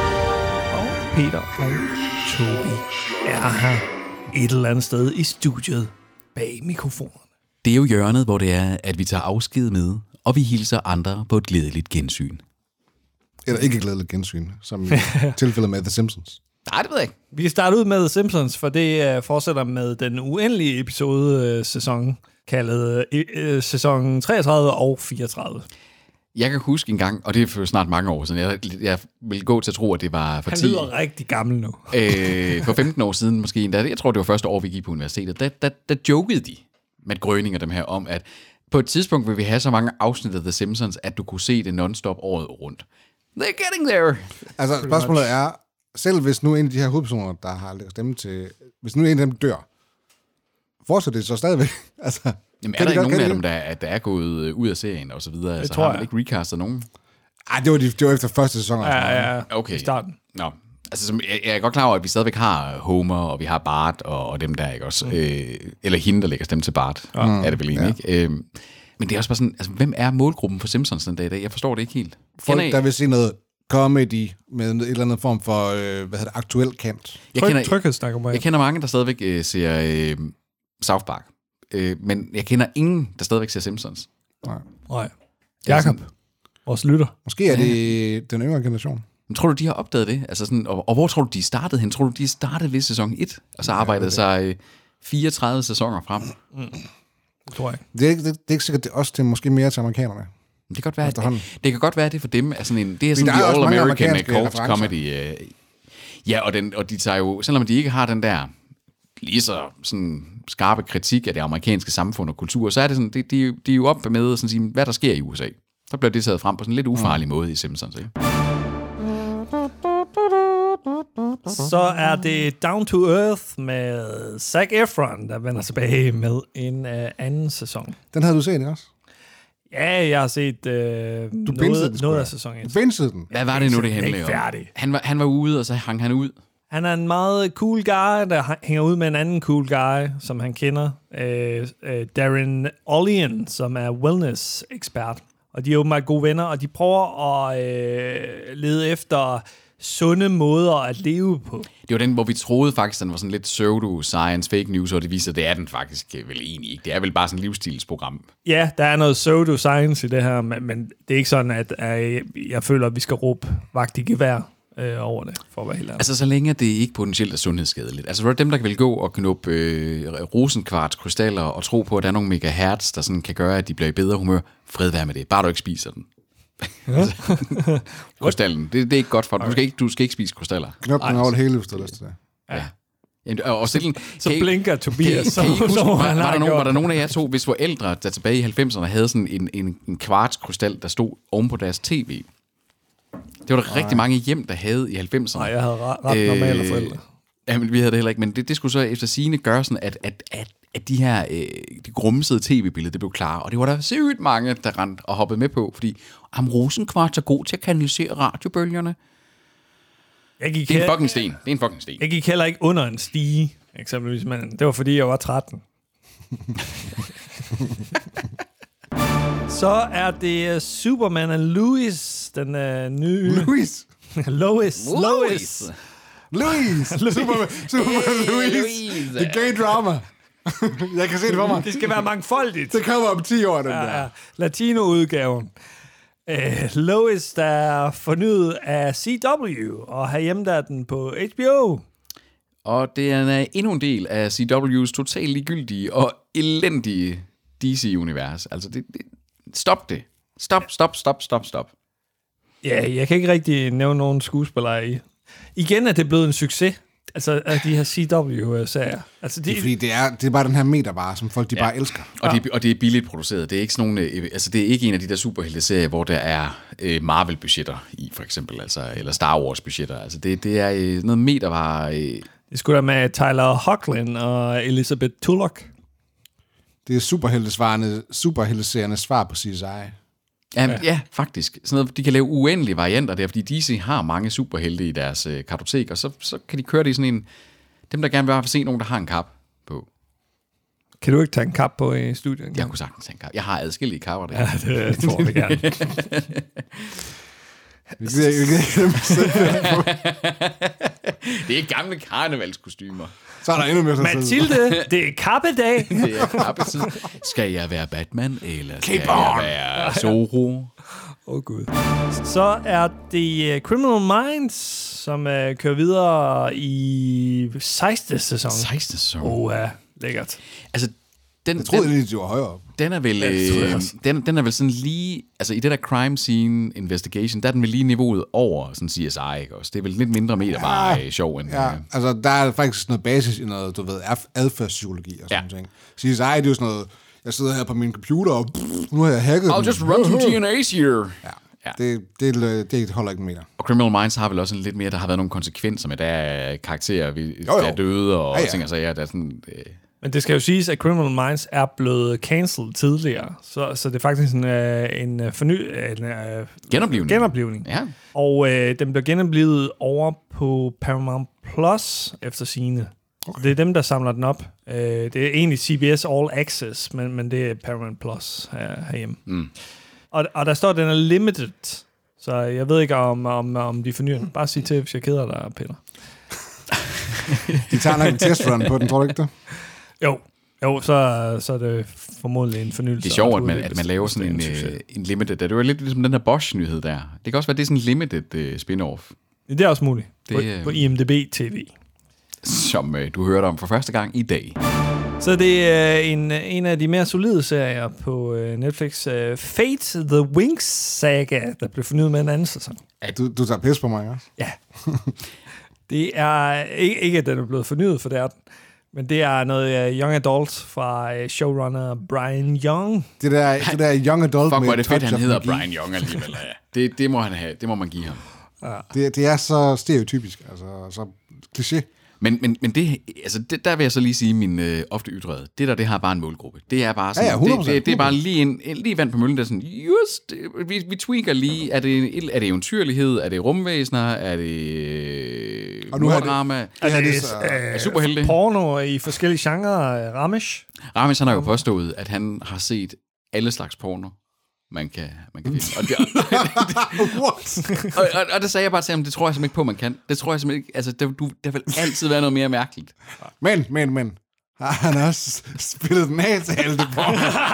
og Peter og Tobi er her et eller andet sted i studiet bag mikrofonerne. Det er jo hjørnet, hvor det er, at vi tager afsked med, og vi hilser andre på et glædeligt gensyn. Eller ikke glædeligt gensyn, som i tilfældet med The Simpsons. Nej, det ved jeg ikke. Vi kan starte ud med The Simpsons, for det uh, fortsætter med den uendelige episode-sæson, kaldet uh, sæson treogtredive og fireogtredive. Jeg kan huske en gang, og det er for snart mange år siden, jeg, jeg vil gå til at tro, at det var for Han ti... lyder rigtig gammel nu. øh, for femten år siden måske endda. Jeg tror, det var første år, vi gik på universitetet. Der, der, der jokede de med Grøning og dem her om, at på et tidspunkt vil vi have så mange afsnit af The Simpsons, at du kunne se det non-stop året rundt. They're getting there. Altså, spørgsmålet er, selv hvis nu en af de her hovedpersoner, der har lægget stemme til, hvis nu en af dem dør, fortsætter det så stadigvæk? altså, Jamen, er kan der de ikke godt- nogen kan af de dem, der, er- der er gået øh, ud af serien og så videre? Altså, tror har man jeg. ikke recastet nogen? Ej, det var, de, det var efter første sæson. og sådan noget. Ja, ja, Okay. i starten. Nå. Altså, som, jeg, jeg er godt klar over, at vi stadigvæk har Homer, og vi har Bart, og, og dem der, ikke også? Mm. Øh, eller hende, der lægger stemme til Bart, mm. er det vel egentlig, Ja. ikke? Øh, men det er også bare sådan, altså, hvem er målgruppen for Simpsons den dag i dag? Jeg forstår det ikke helt. Folk, Kender I- der vil se noget comedy med en eller anden form for, øh, hvad hedder det, aktuel kant. jeg, kender, Tryghedssnak om jeg kender mange, der stadigvæk øh, ser øh, South Park. Øh, men jeg kender ingen, der stadigvæk ser Simpsons. Nej. Nej. Jakob, vores lytter. Måske er det den yngre generation. Men tror du, de har opdaget det? Altså sådan, og, og hvor tror du, de startede hen? Tror du, de startede ved sæson et, og så arbejdede sig øh, fireogtredive sæsoner frem? Det tror jeg ikke. Det er, ikke- det, det er ikke sikkert, det er også til, måske mere til amerikanerne. Det kan godt være, at, Efterhånden. det kan godt være, at det for dem er sådan en, det er sådan der de er også mange all-American amerikanske cult referencer. comedy. Øh. Ja, og, den, og de tager jo, selvom de ikke har den der lige så sådan skarpe kritik af det amerikanske samfund og kultur, så er det sådan, de, de, de er jo op med sådan at sige, hvad der sker i U S A. Så bliver det taget frem på sådan en lidt ufarlig måde i Simpsons, ikke? Så er det Down to Earth med Zac Efron, der vender tilbage med en uh, anden sæson. Den havde du set, ikke også? Ja, jeg har set uh, Du noget, bingede den, sgu noget da. af sæson et. Du bingede den. Hvad var det nu, det Jeg er handlede ikke om? færdig. Han var, han var ude, og så hang han ud. Han er en meget cool guy, der hænger ud med en anden cool guy, som han kender. Øh, øh, Darren Olien, som er wellness-ekspert. Og de er åbenbart gode venner, og de prøver at øh, lede efter sunde måder at leve på. Det var den, hvor vi troede faktisk, den var sådan lidt pseudo-science, fake news, og det viser, at det er den faktisk vel egentlig ikke. Det er vel bare sådan et livsstilsprogram. Ja, der er noget pseudo-science i det her, men, men det er ikke sådan, at, at jeg føler, at vi skal råbe vagt i gevær øh, over det, for at være helt ærlig. Altså, så længe det ikke potentielt er sundhedsskadeligt. Altså, er dem, der vil gå og knuppe øh, rosenkvartskrystaller og tro på, at der er nogle megahertz, der sådan kan gøre, at de bliver i bedre humør, fred være med det. Bare du ikke spiser den. altså, krystallen, det, det er ikke godt for dig. Du skal ikke, du skal ikke spise krystaller. Knop den over det hele, hvis du har lyst til det. Ja. Ja. Og stille, så I, blinker Tobias. Kan, kan I huske, så, var, var, der nogen, var der nogen af jer to, hvis forældre, der tilbage i halvfemserne, havde sådan en, en, en kvartskrystal, der stod oven på deres tv? Det var der rigtig mange hjem, der havde i halvfemserne. Nej, jeg havde ret, ret normale øh, forældre. Jamen, vi havde det heller ikke, men det, det skulle så efter sigende gøre sådan, at, at, at, at de her øh, de grumsede tv-billeder, det blev klar, og det var der sygt mange, der rendte og hoppede med på, fordi am rosenkvarts er god til at kanalisere radiobølgerne. Jeg gik det er en her, fucking sten. Det er en fucking sten. Jeg gik heller ikke under en stige, eksempelvis, men det var fordi, jeg var tretten. Så er det Superman og Lois, den uh, nye... Louis! Lois. Lois. Louis! Superman, Superman hey, Louis! Louise. Det er gay drama. Jeg kan se det for mig. Det skal være mangfoldigt. Det kommer om ti år, den ja, der. Ja. Latino-udgaven. Uh, Lois, der er fornyet af C W, og herhjemme der er den på H B O. Og det er endnu en del af C W's totalt ligegyldige og elendige D C-univers. Altså, det, det, stop det. Stop, stop, stop, stop, stop. Ja, jeg kan ikke rigtig nævne nogen skuespillere i. Igen er det blevet en succes, altså af de her C W-serier. Altså, de, det er fordi, det er, det er bare den her metervare, som folk de ja. bare elsker. Og, det, og det er billigt produceret. Det er ikke sådan nogle, altså det er ikke en af de der superhelte-serier, hvor der er øh, Marvel-budgetter i, for eksempel, altså, eller Star Wars-budgetter. Altså det, det er øh, noget metervare... Øh. Det skulle da med Tyler Hoechlin og Elizabeth Tulloch. Det er superheltesvarende, superhelteseriernes svar på C S I. Ja, ja. ja, faktisk. Sådan noget, de kan lave uendelige varianter der, fordi D C har mange superhelte i deres øh, kartotek, og så, så kan de køre det i sådan en... Dem, der gerne vil have se nogen, der har en kap på. Kan du ikke tage en kap på i studiet? Jeg kunne sagtens tage en kap. Jeg har adskillige kapper der. Ja, det tror jeg gerne. Vi kan ikke Det er gamle karnevalskostymer. Så er der endnu mere sig Mathilde, det er kappedag. Det er kappetid. Skal jeg være Batman, eller skal Keep jeg on. være Zorro? Åh oh, gud. Så er det uh, Criminal Minds, som uh, kører videre i sekstende sæson. sekstende sæson? Åh, oh, ja, lækkert. Altså, den, jeg troede den, lige, de var højere op. Den er vel, ja, øh, den, den er vel sådan lige... Altså, i det der crime scene investigation, der er den vel lige niveauet over sådan C S I, ikke også? Det er vel lidt mindre meter bare ja, sjov end... Ja, øh. altså, der er faktisk noget basis i noget, du ved, adfærdspsykologi og sådan ja. ting. C S I, det er jo sådan noget... Jeg sidder her på min computer, og pff, nu har jeg hacket... I'll just run some D N A's here. Ja. Ja. Det, det, det holder ikke en meter. Og Criminal Minds har vel også en lidt mere, der har været nogle konsekvenser med, der er karakterer, vi, der er døde og ja, ja. ting og sager, der er sådan... Øh, Men det skal jo siges, at Criminal Minds er blevet cancelled tidligere, så, så det er faktisk en, en, en forny... En, uh, genoplivning. genoplivning. Ja. Og øh, den blev genoplevet over på Paramount Plus efter sigende. Okay. Det er dem, der samler den op. Øh, det er egentlig C B S All Access, men, men det er Paramount Plus her, herhjemme. Mm. Og, og der står, at den er limited, så jeg ved ikke, om, om, om de fornyer den. Bare sig til, hvis jeg keder dig, Peter. De tager nok en testrun på den, tror du ikke det? Jo, jo så, så er det formodentlig en fornyelse. Det er sjovt, at man, at man laver sådan en, en, en limited. Det var lidt ligesom den her Bosch-nyhed der. Det kan også være, det er sådan en limited uh, spin-off. Det er også muligt. Det, på, øh, på I M D B T V. Som uh, du hørte om for første gang i dag. Så det er en, en af de mere solide serier på uh, Netflix. Uh, Fate The Winx Saga, der blev fornyet med en anden sæson. Ja, du, du tager pis på mig også. Ja. Det er ikke, ikke, at den er blevet fornyet, for det er den. Men det er noget uh, young adult fra uh, showrunner Brian Young. Det der, det der young adult. Fuck, hvor er det fedt, han hedder Brian Young alligevel. Ja. Det, det må han have. Det må man give ham. Ja. Det, det er så stereotypisk, altså så kliché. Men, men, men det, altså det, der vil jeg så lige sige, min øh, ofte ytrede, det der, det har bare en målgruppe. Det er bare sådan, Ja, ja, hundrede procent, det, det, det er bare lige, en, lige vand på møllen, der er sådan, just, vi, vi tweaker lige, er det, er det eventyrlighed, er det rumvæsener, er det øh, Og nu har det- morddrama, Det her, det er så, er superhelte. Porno i forskellige genrer. Ramesh. Ramesh, han har jo påstået, at han har set alle slags porno, man kan, man kan finde. Og det, What? og, og, og det sagde jeg bare til ham, det tror jeg simpelthen ikke på, man kan. Det tror jeg simpelthen ikke, altså, der, du, der vil altid være noget mere mærkeligt. Men, men, men. Har han også spillet den af til alle det på?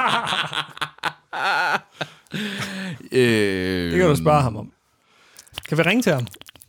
Øh, Det kan du spørge ham om. Kan vi ringe til ham?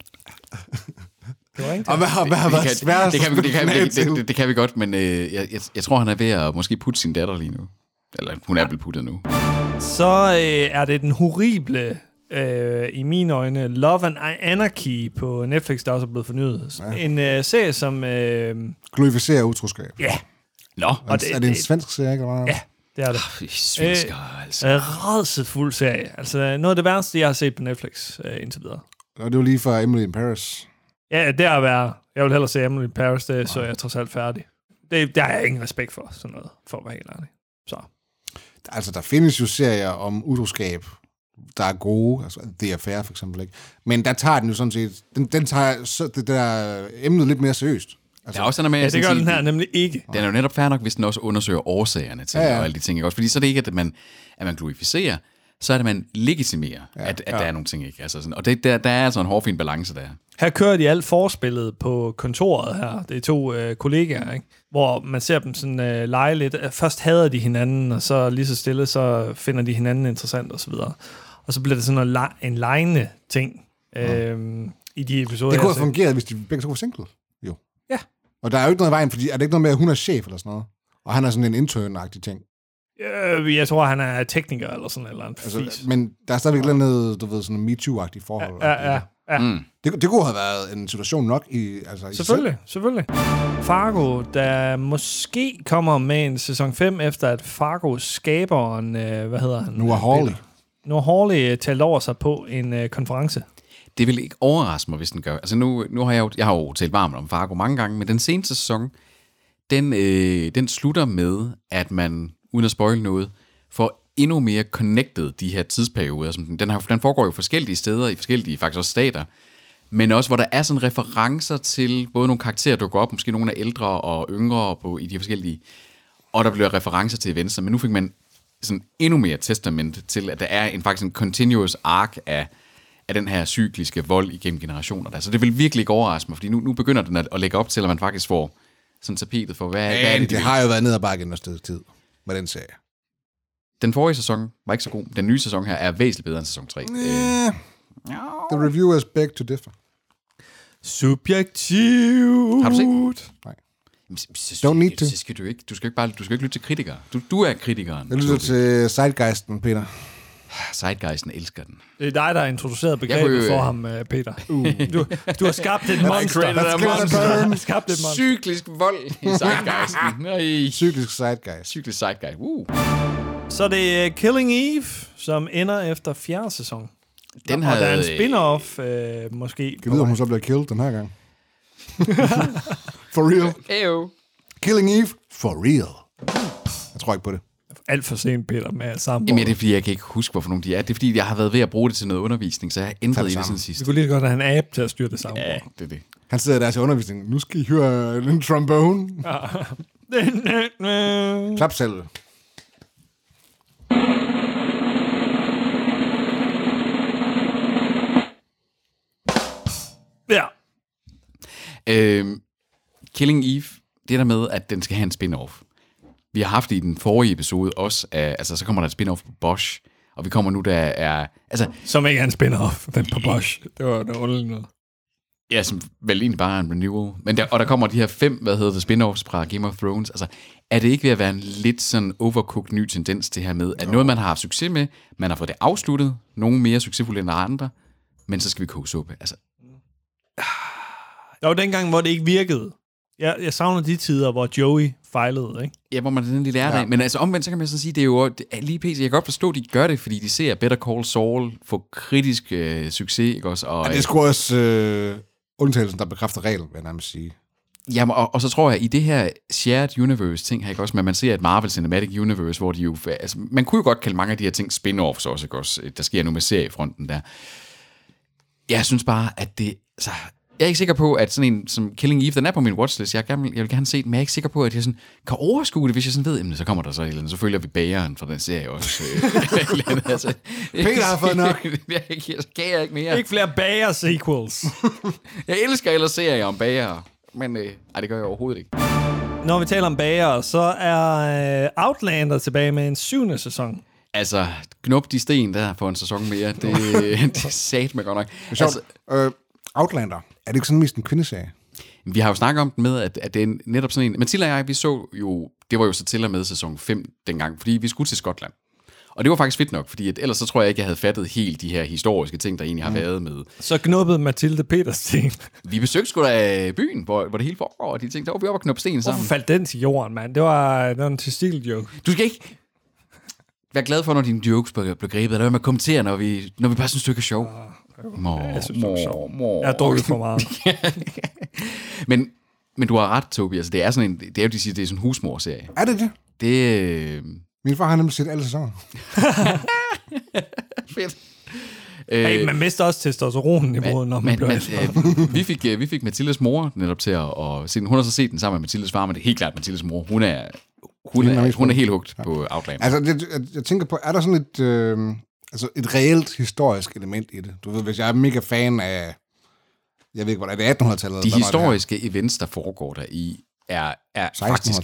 Kan vi ringe til Og ham? hvad har, hvad har det, været kan, sværest det, kan, vi- det, kan, at spille det, den af det, til? det, det kan vi godt, men øh, jeg, jeg, jeg tror, han er ved at måske putte sin datter lige nu. Eller hun er blevet puttet nu. Så øh, er det den horrible, øh, i mine øjne, Love and Anarchy på Netflix, der også er blevet fornyet. Ja. En øh, serie, som... Øh, Glorificerer utroskab. ja, Nå, Og det, er det en svensk serie, ikke? Eller hvad? ja, det er det. svensker, altså. Øh, rædselfuld serie. Altså noget af det værste, jeg har set på Netflix øh, indtil videre. Og det var lige for Emily in Paris. Ja, det er at være... Jeg vil hellere se Emily in Paris, det, så er jeg trods alt færdig. Det, der har jeg ingen respekt for, sådan noget, for at være helt ærlig. Så. Altså, der findes jo serier om utroskab, der er gode. Altså, The Affair for eksempel, ikke? Men der tager den jo sådan set... Den, den tager så, det der emnet lidt mere seriøst. Altså, Der er også sådan med, Ja, at det gør sige, den her nemlig ikke. Den er jo netop fair nok, hvis den også undersøger årsagerne til Ja, ja, ja. ja. og alle de ting. Ikke? Også fordi så er det ikke, at man, at man glorificerer, så er det, at man legitimerer, ja, at, at ja. der er nogle ting. Ikke? Altså sådan, og det, der, der er altså en hårfin balance der. Her kører de alt forspillet på kontoret her. Det er to øh, kollegaer, ikke? Hvor man ser dem sådan øh, lege lidt. Først hader de hinanden, og så lige så stille, så finder de hinanden interessant og så videre. Og så bliver det sådan noget, en legende ting øh, i de episoder. det kunne jeg have har set. fungeret, hvis de begge to var single. Jo. Ja. Og der er jo ikke noget i vejen, fordi er det ikke noget med, at hun er chef eller sådan noget? Og han er sådan en intern-agtig ting. Øh, jeg tror, han er tekniker eller sådan eller andet. Altså, men der er stadigvæk lidt noget, du ved, sådan en MeToo-agtig forhold. Ja, ja, ja. Mm. Det, det kunne have været en situation nok i, altså, i sig Selvfølgelig, selvfølgelig. Fargo, der måske kommer med en sæson fem, efter at Fargos skaberen, øh, hvad hedder han? Noah Hawley. Noah Hawley talte over sig på en øh, konference. Det vil ikke overraske mig, hvis den gør. Altså nu, nu har jeg jo, jeg har jo talt varmt om Fargo mange gange, men den seneste sæson, den, øh, den slutter med, at man, uden at spoile noget, får endnu mere connected de her tidsperioder. Som den, den, har, den foregår jo forskellige steder, i forskellige faktisk også stater, men også hvor der er sådan referencer til både nogle karakterer, der går op, måske nogle er ældre og yngre på, i de forskellige, og der bliver referencer til events, men nu fik man sådan endnu mere testament til, at der er en faktisk en continuous arc af, af den her cykliske vold igennem generationer. Der. Så det vil virkelig ikke overraske mig, fordi nu, nu begynder den at, at lægge op til, at man faktisk får sådan tapetet for, hvad, hvad er Men det, det, det har jo været ned ad bakken noget sted tid med den serie. Den forrige sæson var ikke så god. Den nye sæson her er væsentligt bedre end sæson tre. Øh, Yeah. The reviewers beg to differ. Subjektivt. Har du set? Nej. Så, Don't need to. Så skal du ikke, du skal ikke bare, du skal ikke lytte til kritikere. Du, du er kritikeren. Jeg lytter til Zeitgeisten, Peter. Zeitgeisten elsker den. Det er dig, der har introduceret begrebet kunne, øh, for ham, øh, Peter. Uh. Du, du har skabt et monster. created a Du har monster. skabt et monster. Cyklisk vold i Zeitgeisten. Nej. Psykisk Zeitgeist. Cyklisk Zeitgeist. Uh. Så det er Killing Eve, som ender efter fjerde sæson. Den Og der er en havde- spin-off, øh, måske. Kan vide, om hun så bliver killed den her gang. For real. Ejo. Killing Eve. For real. Jeg tror ikke på det. Alt for sent, Peter, med sammen. Jamen, det er fordi, jeg kan ikke huske, hvorfor nogle de er. Det er fordi, jeg har været ved at bruge det til noget undervisning, så jeg har ændret i det sammen. siden sidst. Vi kunne lige så godt have en app til at styre det sammen. Ja, det er det. Han sidder der til undervisning. Nu skal I høre en trombone. Klap selv. Ja. Øhm, Killing Eve, det der med, at den skal have en spin-off. Vi har haft det i den forrige episode også, af, altså så kommer der et spin-off på Bosch, og vi kommer nu, der er, altså, Som ikke er en spin-off, men på Bosch. Det var noget underligt noget. ja, som vel egentlig bare er en renewal. Men der, og der kommer de her fem, hvad hedder det, spin-offs fra Game of Thrones. Altså, er det ikke ved at være en lidt sådan overcooked ny tendens, det her med, at noget, man har haft succes med, man har fået det afsluttet, nogle mere succesfulde end andre, men så skal vi koge suppe. Altså, Der var dengang, hvor det ikke virkede. Jeg, jeg savner de tider, hvor Joey fejlede, ikke? ja, hvor man sådan lige lærer Ja. det. Men altså omvendt, så kan man så sige, det er jo det er lige pt. Jeg kan godt forstå, at de gør det, fordi de ser Better Call Saul få kritisk øh, succes, ikke også? Og, Ja, det er sgu også øh, undtagelsen, der bekræfter reglen, vil jeg nærmest sige. Jamen, og, og så tror jeg, i det her shared universe ting her, ikke også, men man ser et Marvel Cinematic Universe, hvor de jo, altså, man kunne jo godt kalde mange af de her ting spin-offs også, ikke også, der sker nu med seriefronten der. Jeg synes bare, at det, så jeg er ikke sikker på, at sådan en som Killing Eve, den er på min watchlist, jeg, gerne, jeg vil gerne se den, men jeg er ikke sikker på, at jeg sådan kan overskue det, hvis jeg sådan ved, jamen, så kommer der så et eller andet, så følger vi bageren fra den serie også. altså, Peter har fået nok. jeg, jeg, kan jeg ikke mere. Ikke flere bager sequels. Jeg elsker ellers serier om bager, men øh, ej, det gør jeg overhovedet ikke. Når vi taler om bager, så er øh, Outlander tilbage med en syvende sæson. Altså, knup de sten der for en sæson mere, det, det sagde mig godt nok. Det er altså, øh, Outlander, er det ikke sådan mest en kvindeserie? Vi har jo snakket om den med, at, at det er netop sådan en... Mathilde og jeg, vi så jo... Det var jo så til og med sæson fem dengang, fordi vi skulle til Skotland. Og det var faktisk fedt nok, fordi at, ellers så tror jeg ikke, jeg havde fattet helt de her historiske ting, der egentlig har mm. været med. Så knuppede Mathilde Petersten. Vi besøgte sgu da byen, hvor, hvor det hele foregår, og de ting, der var vi oppe og knuppe sten sammen. Hvorfor faldt den til jorden, mand? Det var, det var en testil-joke. Du skal ikke være glad for, når dine jokes bliver grebet, eller med at kommentere, når vi, når vi bare synes, det er sjovt. Mor, jeg synes, mor, det er sjovt. mor. Jeg har drukket for meget. men, men du har ret, Tobi. Altså, det er sådan en, det er jo, de siger, det er sådan en husmor-serie. Er det det? Det øh... Min far har nemlig set alle sæsoner. Fedt. Hey, man mister også testosteronen i blodet, når man bliver øh, vi, fik, vi fik Mathildes mor netop til at, at se den. Hun har så set den sammen med Mathildes far, men det er helt klart Mathildes mor. Hun er, hun er, er, hun er helt hugt ja. på Outlander. Altså, det, jeg, jeg tænker på, er der sådan et, øh, altså et reelt historisk element i det? Du ved, hvis jeg er mega fan af, jeg ved ikke, hvordan er det attenhundredetallet? De historiske events, der foregår der i, er, er faktisk...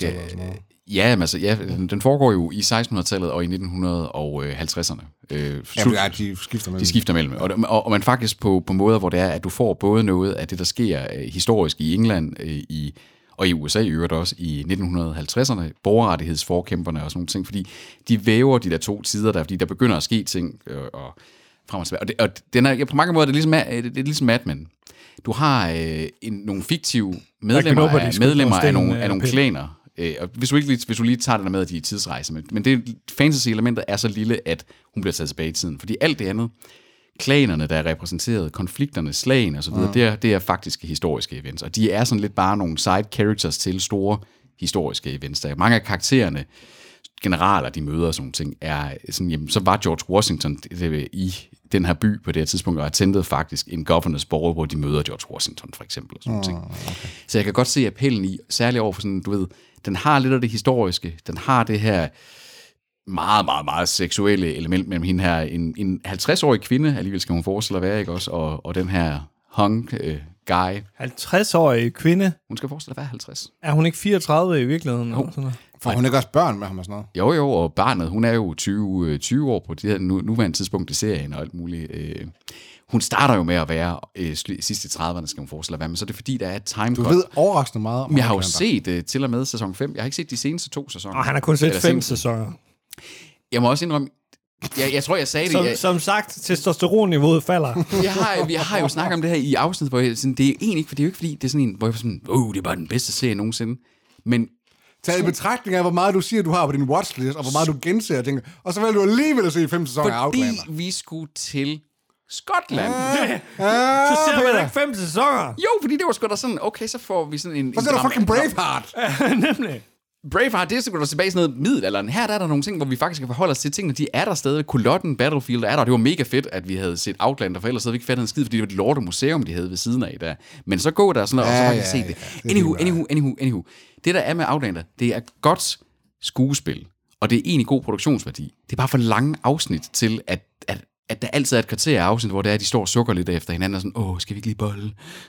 Ja, men altså, ja, den foregår jo i sekstenhundredetallet og i nitten halvtredserne. Øh, ja, ja, de skifter mellem. De skifter mellem. Og, og, og man faktisk på, på måder, hvor det er, at du får både noget af det, der sker øh, historisk i England øh, i, og i U S A i øvrigt også i nitten halvtredserne, borgerrettighedsforkæmperne og sådan nogle ting, fordi de væver de der to tider der, fordi der begynder at ske ting øh, og frem og tilbage. Og, det, og den er, på mange måder, det er ligesom, det er ligesom Mad Men. Du har øh, en, nogle fiktive medlemmer af, medlemmer af nogle, af nogle klaner. Og hvis du, ikke lige, hvis du lige tager det der med, at de er tidsrejser med. Men det fantasy-elementet er så lille, at hun bliver taget tilbage i tiden. Fordi alt det andet, klanerne, der er repræsenteret, konflikterne, slagene osv., mm. det, er, det er faktiske historiske events. Og de er sådan lidt bare nogle side characters til store historiske events. Der er mange af karaktererne, generaler, de møder og sådan nogle ting, er sådan, jamen, så var George Washington det, i den her by på det her tidspunkt, og attendede faktisk en governors ball, hvor de møder George Washington, for eksempel. Og sådan mm, ting. Okay. Så jeg kan godt se appellen i, særligt over for sådan, du ved, den har lidt af det historiske, den har det her meget, meget, meget seksuelle element mellem hende her, en, en halvtreds-årig kvinde, alligevel skal hun forestille at være, ikke også, og, og den her hung øh, guy. halvtreds-årig kvinde? Hun skal forestille at være halvtreds. Er hun ikke fireogtredive i virkeligheden? Jo. Sådan får hun ikke også børn med ham og sådan noget? Jo, jo, og barnet, hun er jo tyve, tyve år på det her nu, nuværende tidspunkt i serien og alt muligt. Øh, hun starter jo med at være øh, sidst i trediverne, skal hun forestille at være, men så er det fordi, der er et time Du ved overraskende meget om jeg har jo set uh, til og med sæson fem. Jeg har ikke set de seneste to sæsoner. Og han har kun set fem sæsoner. Jeg må også indrømme, jeg, jeg tror, jeg sagde det. Som, jeg, som sagt, testosteronniveauet falder. jeg, har, jeg har jo snakket om det her i afsnit, hvor jeg, sådan, det er egentlig ikke, for det er jo ikke fordi, det er sådan en, hvor jeg sådan, åh, det er bare den bedste serie nogensinde. Men tag i betragtning af, hvor meget du siger, du har på din watchlist, og hvor meget du genser og tænker, og så vil du alligevel at se fem sæsoner af Outlander. Fordi vi skulle til Skotland. Ja, så ser man ikke fem sæsoner. Jo, fordi det var sgu da sådan, okay, så får vi sådan en... Hvor er der fucking Braveheart? Ja, nemlig. Braveheart, det er sgu da tilbage sådan noget middelalderen. Her der er der nogle ting, hvor vi faktisk kan forholde os til tingene. De er der stadig. Kulotten, Battlefield er der. Det var mega fedt, at vi havde set Outlander, for ellers havde vi ikke fattet en skid, fordi det var et lorte museum, de havde ved siden af der. Men så går der sådan noget, ja, og så kan ja, se det. Ja, det anywho, anywho, anywho, anywho. Det der er med Outlander, det er godt skuespil, og det er egentlig god produktionsværdi. Det er bare for lange afsnit til, at, at at der altid er et kvarter af afsnit, hvor det er, at de står og sukker lidt efter hinanden, og sådan, åh, skal vi ikke lige bolle?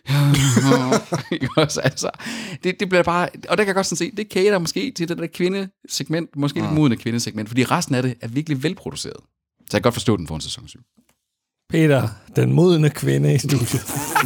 altså, det, det bliver bare, og der kan jeg godt sådan se, det cater måske til det der kvindesegment, måske lidt modne kvindesegment, fordi resten af det er virkelig velproduceret. Så jeg kan godt forstå den for en sæson syv. Peter, den modne kvinde i studiet.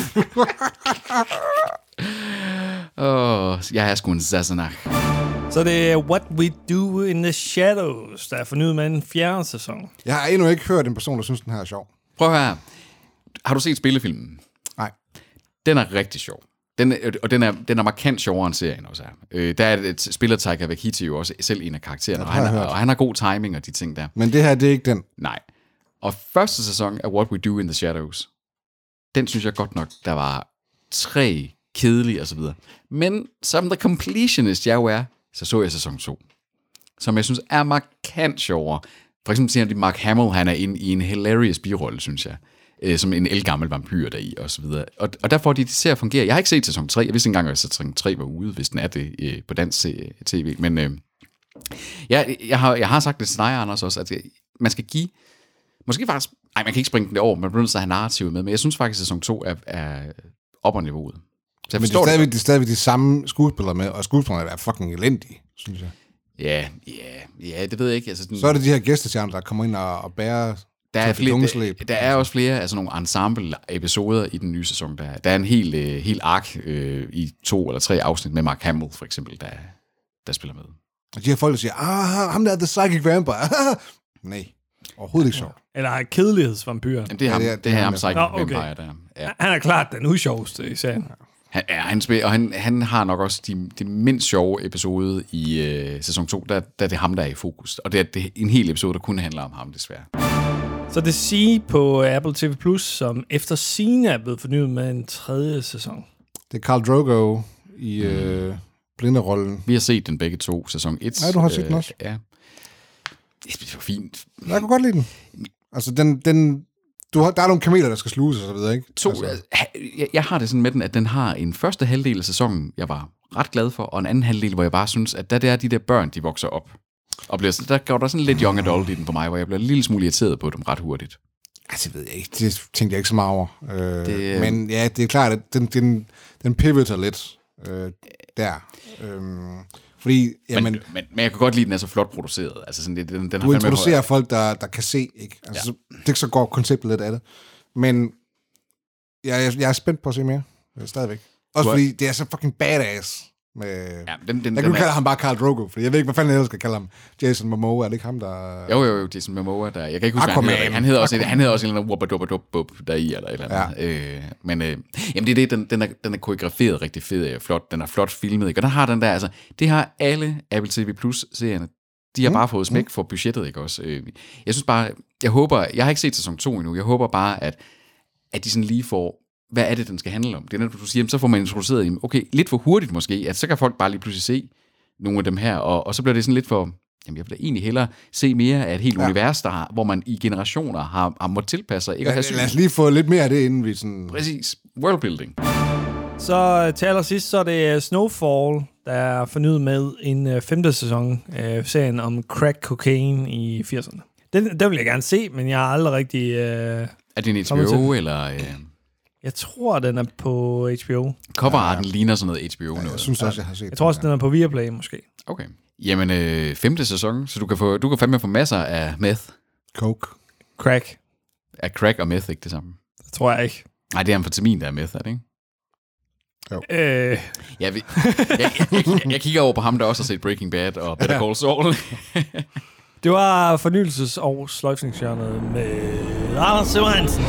Åh, oh, jeg er sgu en Sassenach. Så det er What We Do in the Shadows, der er fornyet med en fjerde sæson. Jeg har endnu ikke hørt en person, der synes, den her er sjov. Prøv her. Har du set spillefilmen? Nej. Den er rigtig sjov. Den, og den er, den er markant sjovere end serien også er. Øh, der er et, et spiller, Taika Waititi jo også selv en af karaktererne, og han, er, og han har god timing og de ting der. Men det her, det er ikke den? Nej. Og første sæson af What We Do in the Shadows, den synes jeg godt nok, der var tre kedelig og så videre. Men som the completionist jeg jo er, så så jeg sæson to, som jeg synes er markant sjovere. For eksempel siger de, Mark Hamill, han er inde i en hilarious birolle, synes jeg. Øh, som en elgammel vampyr deri, og så videre. Og, og der får de det til at fungere. Jeg har ikke set sæson tre. Jeg vidste ikke engang, at sæson tre var ude, hvis den er det øh, på dansk tv. Men øh, jeg, jeg, har, jeg har sagt det til dig, Anders, også, at man skal give... Måske faktisk... Nej, man kan ikke springe den over. Man bliver nødt til at have narrativet med. Men jeg synes faktisk, at sæson to er, er op på niveauet. Så jeg men det er, stadigvæk, det er stadigvæk de samme skuespillere med, og skuespillerne er fucking elendige, synes jeg. Ja, ja, ja, det ved jeg ikke. Altså, den, så er det de her gæstestjerner, der kommer ind og, og bærer... Der er, flere, der, der er også flere altså nogle ensemble-episoder i den nye sæson. Der, der er en hel, øh, hel ark øh, i to eller tre afsnit med Mark Hamill, for eksempel, der, der spiller med. Og de her folk, der siger, ah, ham der er The Psychic Vampire. Nej, overhovedet ikke sjovt. Eller kedelighedsvampyr. Det er ham, ja, det, det er ham Psychic Nå, okay. Vampire, der. Ja. Han er klart den usjoveste i serien. Han, ja, han spiller, og han, han har nok også de, de mindst sjove episode i øh, sæson to, der, der er det ham, der er i fokus. Og det er, det er en hel episode, der kun handler om ham, desværre. Så det siger på Apple T V Plus, som efter sigende er blevet fornyet med en tredje sæson. Det er Khal Drogo i øh, blinderollen. Vi har set den begge to, sæson et. Ja, du har set øh, den også. Ja. Det var fint. Jeg kunne godt lide den. Altså, den... den du har, der er nogle kameler, der skal sluges og så videre, ikke? To, altså. jeg, jeg har det sådan med den, at den har en første halvdel af sæsonen, jeg var ret glad for, og en anden halvdel, hvor jeg bare synes, at der det er de der børn, de vokser op. Og bliver, der går der sådan lidt young adult i den på mig, hvor jeg bliver en lille smule irriteret på dem ret hurtigt. Altså, det ved jeg ikke. Det tænkte jeg ikke så meget over. Øh, det, men ja, det er klart, at den, den, den pivoter lidt øh, der. Øh, fordi, jamen... Men, men, men jeg kan godt lide, at den er så flot produceret. Altså sådan, den, den du introducerer folk, der, der kan se, ikke? Altså, ja. det, så går konceptet lidt af det. Men jeg, jeg, jeg er spændt på at se mere. Stadigvæk. Også fordi det er så fucking badass. Med, ja, den, den, jeg kan kalde ham bare Khal Drogo, fordi jeg ved ikke, hvad fanden jeg ellers skal kalde ham. Jason Momoa, er det ikke ham, der... Jo, jo, jo, Jason Momoa, der... Jeg kan ikke huske, Aquaman. han hedder. Han hedder også, han hedder også en eller anden wubba-dubba-dub der i, eller et eller andet. Ja. Øh, men øh, jamen, det er det, den, den, er, den er koreograferet rigtig fed og flot. Den er flot filmet, ikke? Og den har den der, altså... Det har alle Apple T V Plus-serierne. De har mm. bare fået smæk mm. for budgettet, ikke også? Øh, jeg synes bare... Jeg håber... Jeg har ikke set sæson to endnu. Jeg håber bare, at, at de sådan lige får... Hvad er det, den skal handle om? Det er, når du siger, så får man introduceret dem, okay, lidt for hurtigt måske, at så kan folk bare lige pludselig se nogle af dem her, og, og så bliver det sådan lidt for, jamen jeg vil da egentlig hellere se mere af et helt ja. univers, der har, hvor man i generationer har, har måttet tilpasse sig. Ikke ja, at have lad os lige få lidt mere af det, inden vi sådan... Præcis. Worldbuilding. Så til allersidst, så er det Snowfall, der er fornyet med en uh, femte sæson af serien om crack cocaine i firserne. Den, den vil jeg gerne se, men jeg har aldrig rigtig... Uh, er det en H B O, eller... Uh... Jeg tror, den er på H B O. Coverarten ja, ja. ligner sådan noget H B O. Ja, noget. Jeg synes også, jeg har set Jeg tror også, den er på Viaplay, måske. Okay. Jamen, øh, femte sæson, så du kan få, du kan fandme få masser af meth. Coke. Crack. Er crack og meth ikke det samme? Det tror jeg ikke. Nej, det er amfetamin, der er meth, er det ikke? Jo. Øh. Jeg, jeg, jeg, jeg, jeg kigger over på ham, der også har set Breaking Bad og Better Call Saul. Det var fornyelses- og sløjfningshjørnet med Anders Severinsen.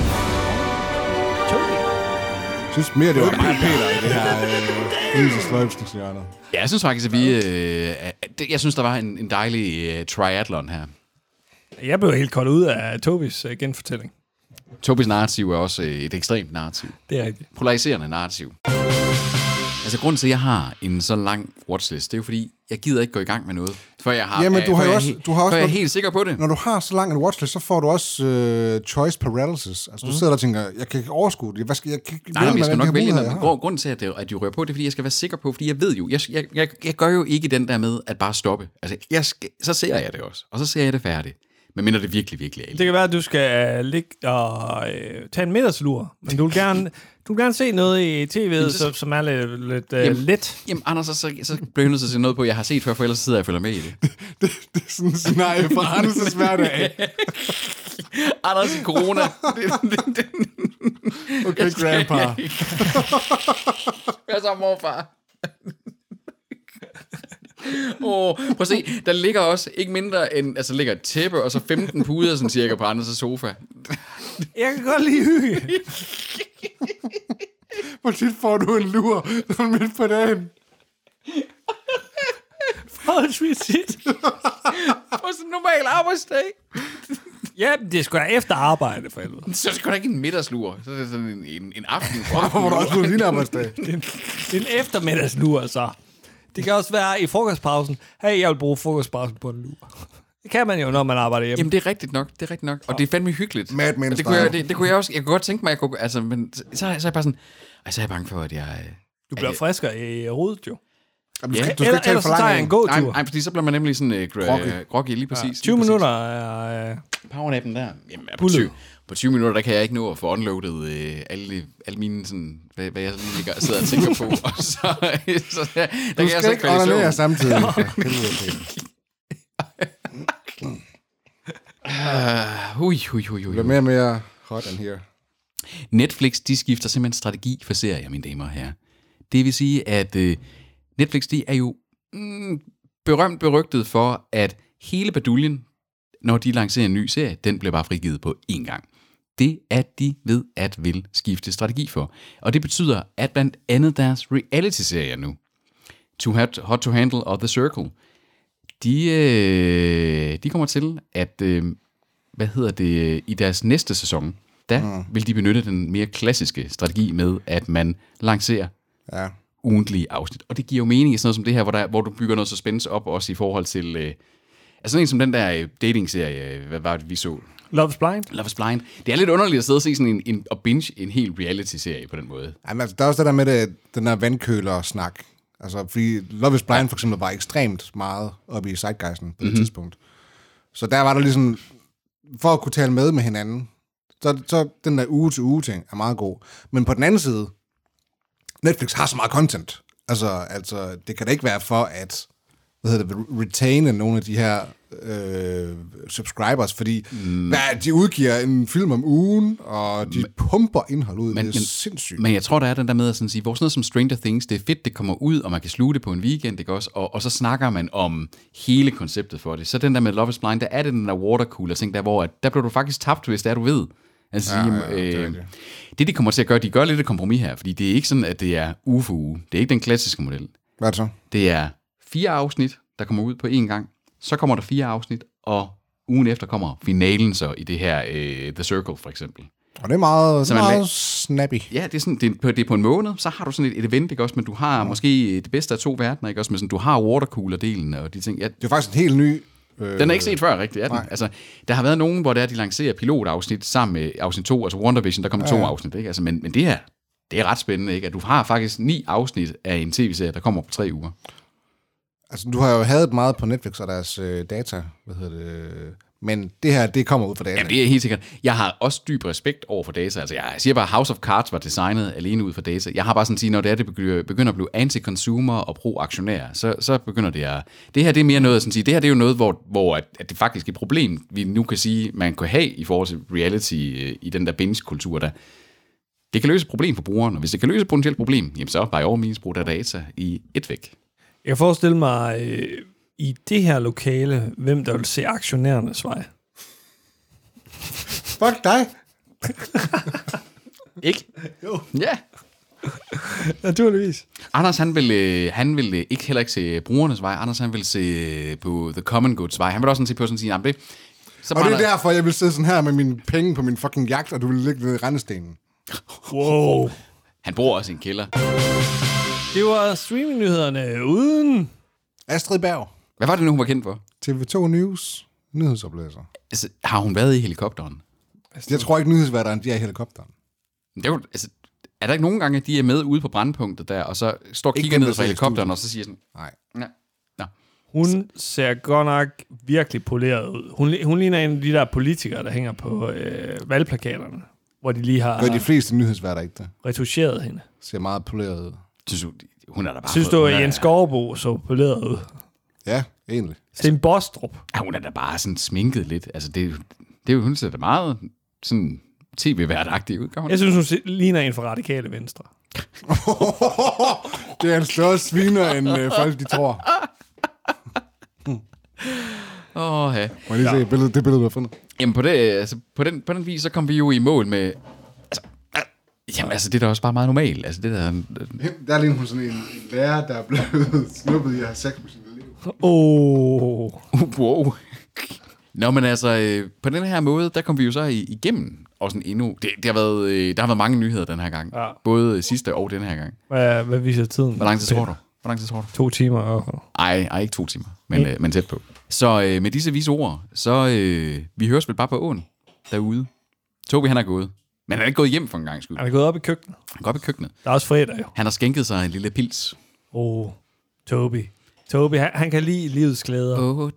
Jeg synes mere, det var meget Peter i det her øh, sløjfningshjørnet. Ja, jeg synes faktisk, at vi... Øh, det, jeg synes, der var en, en dejlig øh, triathlon her. Jeg blev helt koldt ud af Tobis øh, genfortælling. Tobis narrativ er også øh, et ekstremt narrativ. Det er rigtigt. Polariserende narrativ. Altså, grunden til, at jeg har en så lang watchlist, det er jo fordi, jeg gider ikke gå i gang med noget, før jeg har, Jamen, du har jeg, også, du har også, jeg er helt sikker på det. Når du har så lang en watchlist, så får du også uh, choice paralysis. Altså, du mm. sidder der og tænker, jeg kan ikke overskue det. Hvad skal jeg? Kan ikke Nej, men jeg skal nok vælge noget. Grund, grunden til, at, det, at de rører på, det er, fordi jeg skal være sikker på, fordi jeg ved jo, jeg, jeg, jeg, jeg gør jo ikke den der med at bare stoppe. Altså, jeg skal, så ser jeg det også, og så ser jeg det færdigt. Men mindre det virkelig, virkelig er. Det kan være, at du skal uh, ligge og uh, tage en middagslur, men du vil gerne... Du vil gerne se noget i tv'et, jamen, så, som er lidt, lidt uh, jamen, let. Jamen, Anders, så, så, så bliver jeg nødt til at se noget på, jeg har set før, for ellers sidder jeg og følger med i det. det, det, det er sådan en scenarie fra Anders' hverdag. Anders i corona. Okay, grandpa. Hvad så, morfar? Åh, oh, prøv at se, der ligger også ikke mindre end, altså ligger et tæppe, og så femten puder sådan cirka på Anders' sofa. Jeg kan godt lide hygge. Hvor tit får du en lur midt på dagen? Forholdsvis tit. På sådan en normal arbejdsdag. Ja, det skal være efter arbejde, for helvede. Så er det sgu da ikke en middagslur. Så er det sådan en, en, en aften. Hvorfor må du også bruge din arbejdsdag? Det er en, det er en eftermiddagslur, så. Det kan også være i frokostpausen. Hey, jeg vil bruge frokostpausen på en lur. Det kan man jo, når man arbejder hjemme. Jamen, det er rigtigt nok. Det er rigtigt nok. Og det er fandme hyggeligt. Mad Men Og det kunne, jeg, det, det kunne jeg også. Jeg kunne godt tænke mig, at jeg kunne... Altså, men så, så er jeg bare sådan... Ej, så er jeg bange for, at jeg... Du bliver friskere i hovedet, jo. Jamen, du Ja. skal, du skal Eller, ikke tale ellers for så tager jeg en langt. gåtur. Nej, nej, fordi så bliver man nemlig sådan... Uh, gr- Groggy. groggy, lige præcis. tyve lige minutter præcis. er... Øh, Powernappen der. Jamen, på Bullet. tyve, på tyve minutter, der kan jeg ikke nå at få unloadet uh, alle, alle mine sådan... Hvad, hvad jeg lige ligger, sidder og tænker på. Og så... så der, der Du kan jeg skal så ikke falde i søvn. onanere samtidig. Helvede. Uh, hui, hui, hui, Det hui. bliver mere og mere hot end here. Netflix, de skifter simpelthen strategi for serier, mine damer og herrer. Det vil sige, at øh, Netflix, de er jo mm, berømt berygtet for, at hele baduljen, når de lancerer en ny serie, den bliver bare frigivet på én gang. Det er de ved at vil skifte strategi for. Og det betyder, at blandt andet deres reality-serier nu, Too Hot, Hot to Handle og The Circle, de, øh, de kommer til at, øh, hvad hedder det, i deres næste sæson, der mm. vil de benytte den mere klassiske strategi med, at man lancerer Ja. ugentlige afsnit. Og det giver jo mening i sådan noget som det her, hvor, der, hvor du bygger noget suspense op, også i forhold til, øh, altså sådan en som den der øh, dating-serie, øh, hvad var det, vi så? Love's Blind. Love is Blind. Det er lidt underligt at sidde og se sådan en, en og binge en hel reality-serie på den måde. Jamen, altså, der er også det der med det, den der vandkøler-snak. Altså, fordi Love is Blind for eksempel var ekstremt meget oppe i zeitgeisten på det mm-hmm. tidspunkt. Så der var der ligesom, for at kunne tale med med hinanden, så, så den der uge-til-uge-ting er meget god. Men på den anden side, Netflix har så meget content. Altså, altså det kan da ikke være for at hvad hedder det, retaine nogle af de her øh, subscribers, fordi mm. hvad, de udgiver en film om ugen, og de men, pumper indhold ud. Men, det er men, sindssygt. Men jeg tror, der er den der med at sådan sige, hvor sådan noget som Stranger Things, det er fedt, det kommer ud, og man kan sluge det på en weekend, ikke også? Og, og så snakker man om hele konceptet for det. Så den der med Love is Blind, der er det den der watercooler ting, der hvor at, der bliver du faktisk tabt, hvis det er, du ved. Altså, ja, ja, ja, det, øh, det. det, de kommer til at gøre, de gør lidt et kompromis her, fordi det er ikke sådan, at det er uge for uge. Det er ikke den klassiske model. Hvad så? Det er fire afsnit, der kommer ud på én gang. Så kommer der fire afsnit, og ugen efter kommer finalen så i det her uh, The Circle, for eksempel. Og det er meget, så det er man meget la- snappy. Ja, det er, sådan, det, er på, det er på en måned, så har du sådan et, et event, ikke også? Men du har ja. måske det bedste af to verdener, ikke også? Men sådan, du har watercooler-delen og de ting. Ja, Det er faktisk en helt ny... Øh, den er ikke set før, rigtigt. Er den? Nej. Altså, der har været nogen, hvor der de lancerer pilotafsnit sammen med afsnit to, altså WandaVision, der kommer ja, ja. to afsnit, ikke? Altså, men, men det her, det er ret spændende, ikke? At du har faktisk ni afsnit af en tv-serie, der kommer på tre uger. Altså, du har jo hadet meget på Netflix og deres øh, data, hvad hedder det, men det her, det kommer ud fra data. Jamen, det er helt sikkert. Jeg har også dyb respekt over for data. Altså, jeg siger bare, House of Cards var designet alene ud fra data. Jeg har bare sådan at sige, når det er, det begynder at blive anti-consumer og pro-aktionær, så, så begynder det at... Det her, det er mere noget, sådan at sige, det her, det er jo noget, hvor, hvor at, at det faktisk er et problem, vi nu kan sige, man kan have i forhold til reality i den der binge-kultur, der det kan løse et problem for brugeren, og hvis det kan løse et potentielt problem, jamen så bare overmisbrug der data i et væk. Jeg kan forestille mig øh, i det her lokale, hvem der vil se aktionærernes vej. Fuck dig! Ikke? Jo. Ja. Naturligvis. Anders, han vil, øh, han vil øh, ikke heller ikke se brugernes vej. Anders, han vil se øh, på The Common Goods vej. Han vil også sådan se på sådan sige, jamen det... Så Og det er brænder- derfor, jeg vil sidde sådan her med mine penge på min fucking jagt, og du vil ligge nede i rendestenen. Wow. Han bor også i en kælder. Det var streamingnyhederne uden... Astrid Berg, Hvad var det nu, hun var kendt for? T V to News, nyhedsoplæser. Altså, har hun været i helikopteren? Jeg tror ikke, nyhedsværteren, de er i helikopteren. Det er, jo, altså, er der ikke nogen gange, at de er med ude på brandpunktet der, og så står og Ikke kigger dem, ned der fra sidder i helikopteren, studiet. og så siger sådan, Nej. ja, nå. Hun ser godt nok virkelig poleret ud. Hun, hun ligner en af de der politikere, der hænger på øh, valgplakaterne, hvor de lige har Gør de fleste nyhedsværter ikke det? retuscheret hende. Ser meget poleret ud. Synes du, hun er der bare... Synes du, hun at er- Jens Skovbo så poleret ud? Ja, egentlig. Sten Bostrup. Ja, hun er da bare sådan sminket lidt. Altså, det, det er jo, hun ser da meget sådan tv-værtagtig ud, gør hun? Jeg synes, hun se- ligner en fra Radikale Venstre. Det er en større sviner, end øh, folk de tror. Åh, oh, ja. Må jeg lige se billedet, det billede, du har fundet? Jamen, på, det, altså, på, den, på den vis, så kom vi jo i mål med... Altså, øh, jamen, altså, det er da også bare meget normalt. Altså, det der... Der ligner hun sådan en lærer, der er blevet snuppet i at have sex med sin liv. Åh. Oh. Wow. Nå, men altså, øh, på den her måde, der kom vi jo så i, igennem og sådan endnu. Det, det har været, øh, der har været mange nyheder den her gang. Ja. Både sidste og den her gang. Hvad, hvad viser tiden? Hvor lang tid tror du? Hvor lang tid tror du? To timer og... Ej, ej ikke to timer, men, øh, men tæt på. Så øh, med disse vise ord, så øh, vi høres vel bare på åen derude. Tobi, han er gået. Men han er ikke gået hjem for en gang skyld. Han er gået op i køkkenet. Han går op i køkkenet. Der er også fredag jo. Han har skænket sig en lille pils. Åh, oh, Tobi. Tobi, han, han kan lide livets glæder. Åh, oh,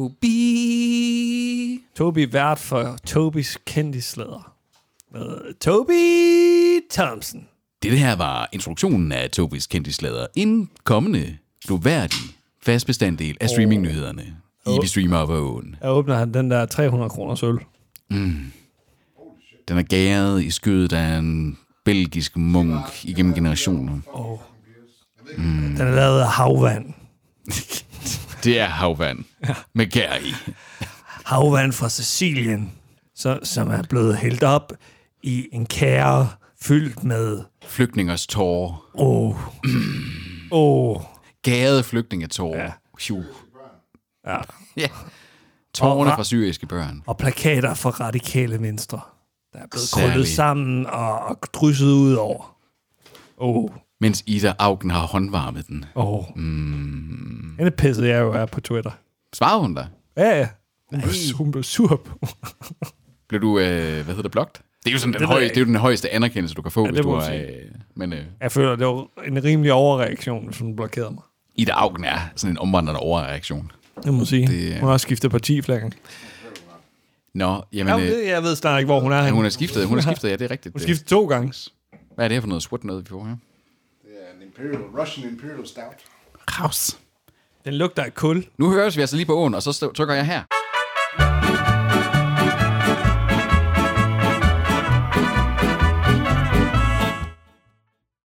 Tobi. Tobi er vært for Tobis kendisslader. Med Tobi Thompson. Det her var introduktionen af Tobis kendtislader. En kommende, gloværdig, fast bestanddel af streamingnyhederne oh. i Vi Streamer Op ad Åen. Jeg åbner han den der tre hundrede kroners øl. Mm. Den er gæret i skødet af en belgisk munk igennem generationer. Oh. Mm. Den er lavet af havvand. Det er havvand ja. Med gær i. Havvand fra Sicilien, så, som er blevet hældt op i en kære fyldt med... Flygtningers tårer. Åh. Oh. Åh. oh. Gærede flygtningetårer. Ja. Ja. Ja. Tårerne fra syriske børn. Og plakater fra radikale venstre, der er blevet krøllet sammen og, og drysset ud over. Oh. Mens Ida Augen har håndvarmet den. Åh. Oh. Mm. Hende pissede jeg jo af på Twitter. Svarede hun dig? Ja, ja. Hun, blev, hun blev sur på. Blev du, øh, hvad hedder det, blokt? Det er jo sådan den, det højeste, det er jo den højeste anerkendelse, du kan få, ja, hvis du er... Øh, men, øh, jeg føler, det var en rimelig overreaktion, hvis hun blokerede mig. Ida Augen er sådan en omvandrende overreaktion. Det må sige. Det, hun har også skiftet parti flere gange. Nå, jamen... Ja, det, jeg ved snart ikke, hvor hun er. Ja, hun har skiftet, hun har skiftet, ja, det er rigtigt. Hun har skiftet to gange. Hvad er det her for noget sort noget, vi får her? Det er en Imperial, Russian Imperial Stout. Raus. Den lugter af kul. Nu høres vi altså lige på åen, og så trykker jeg her.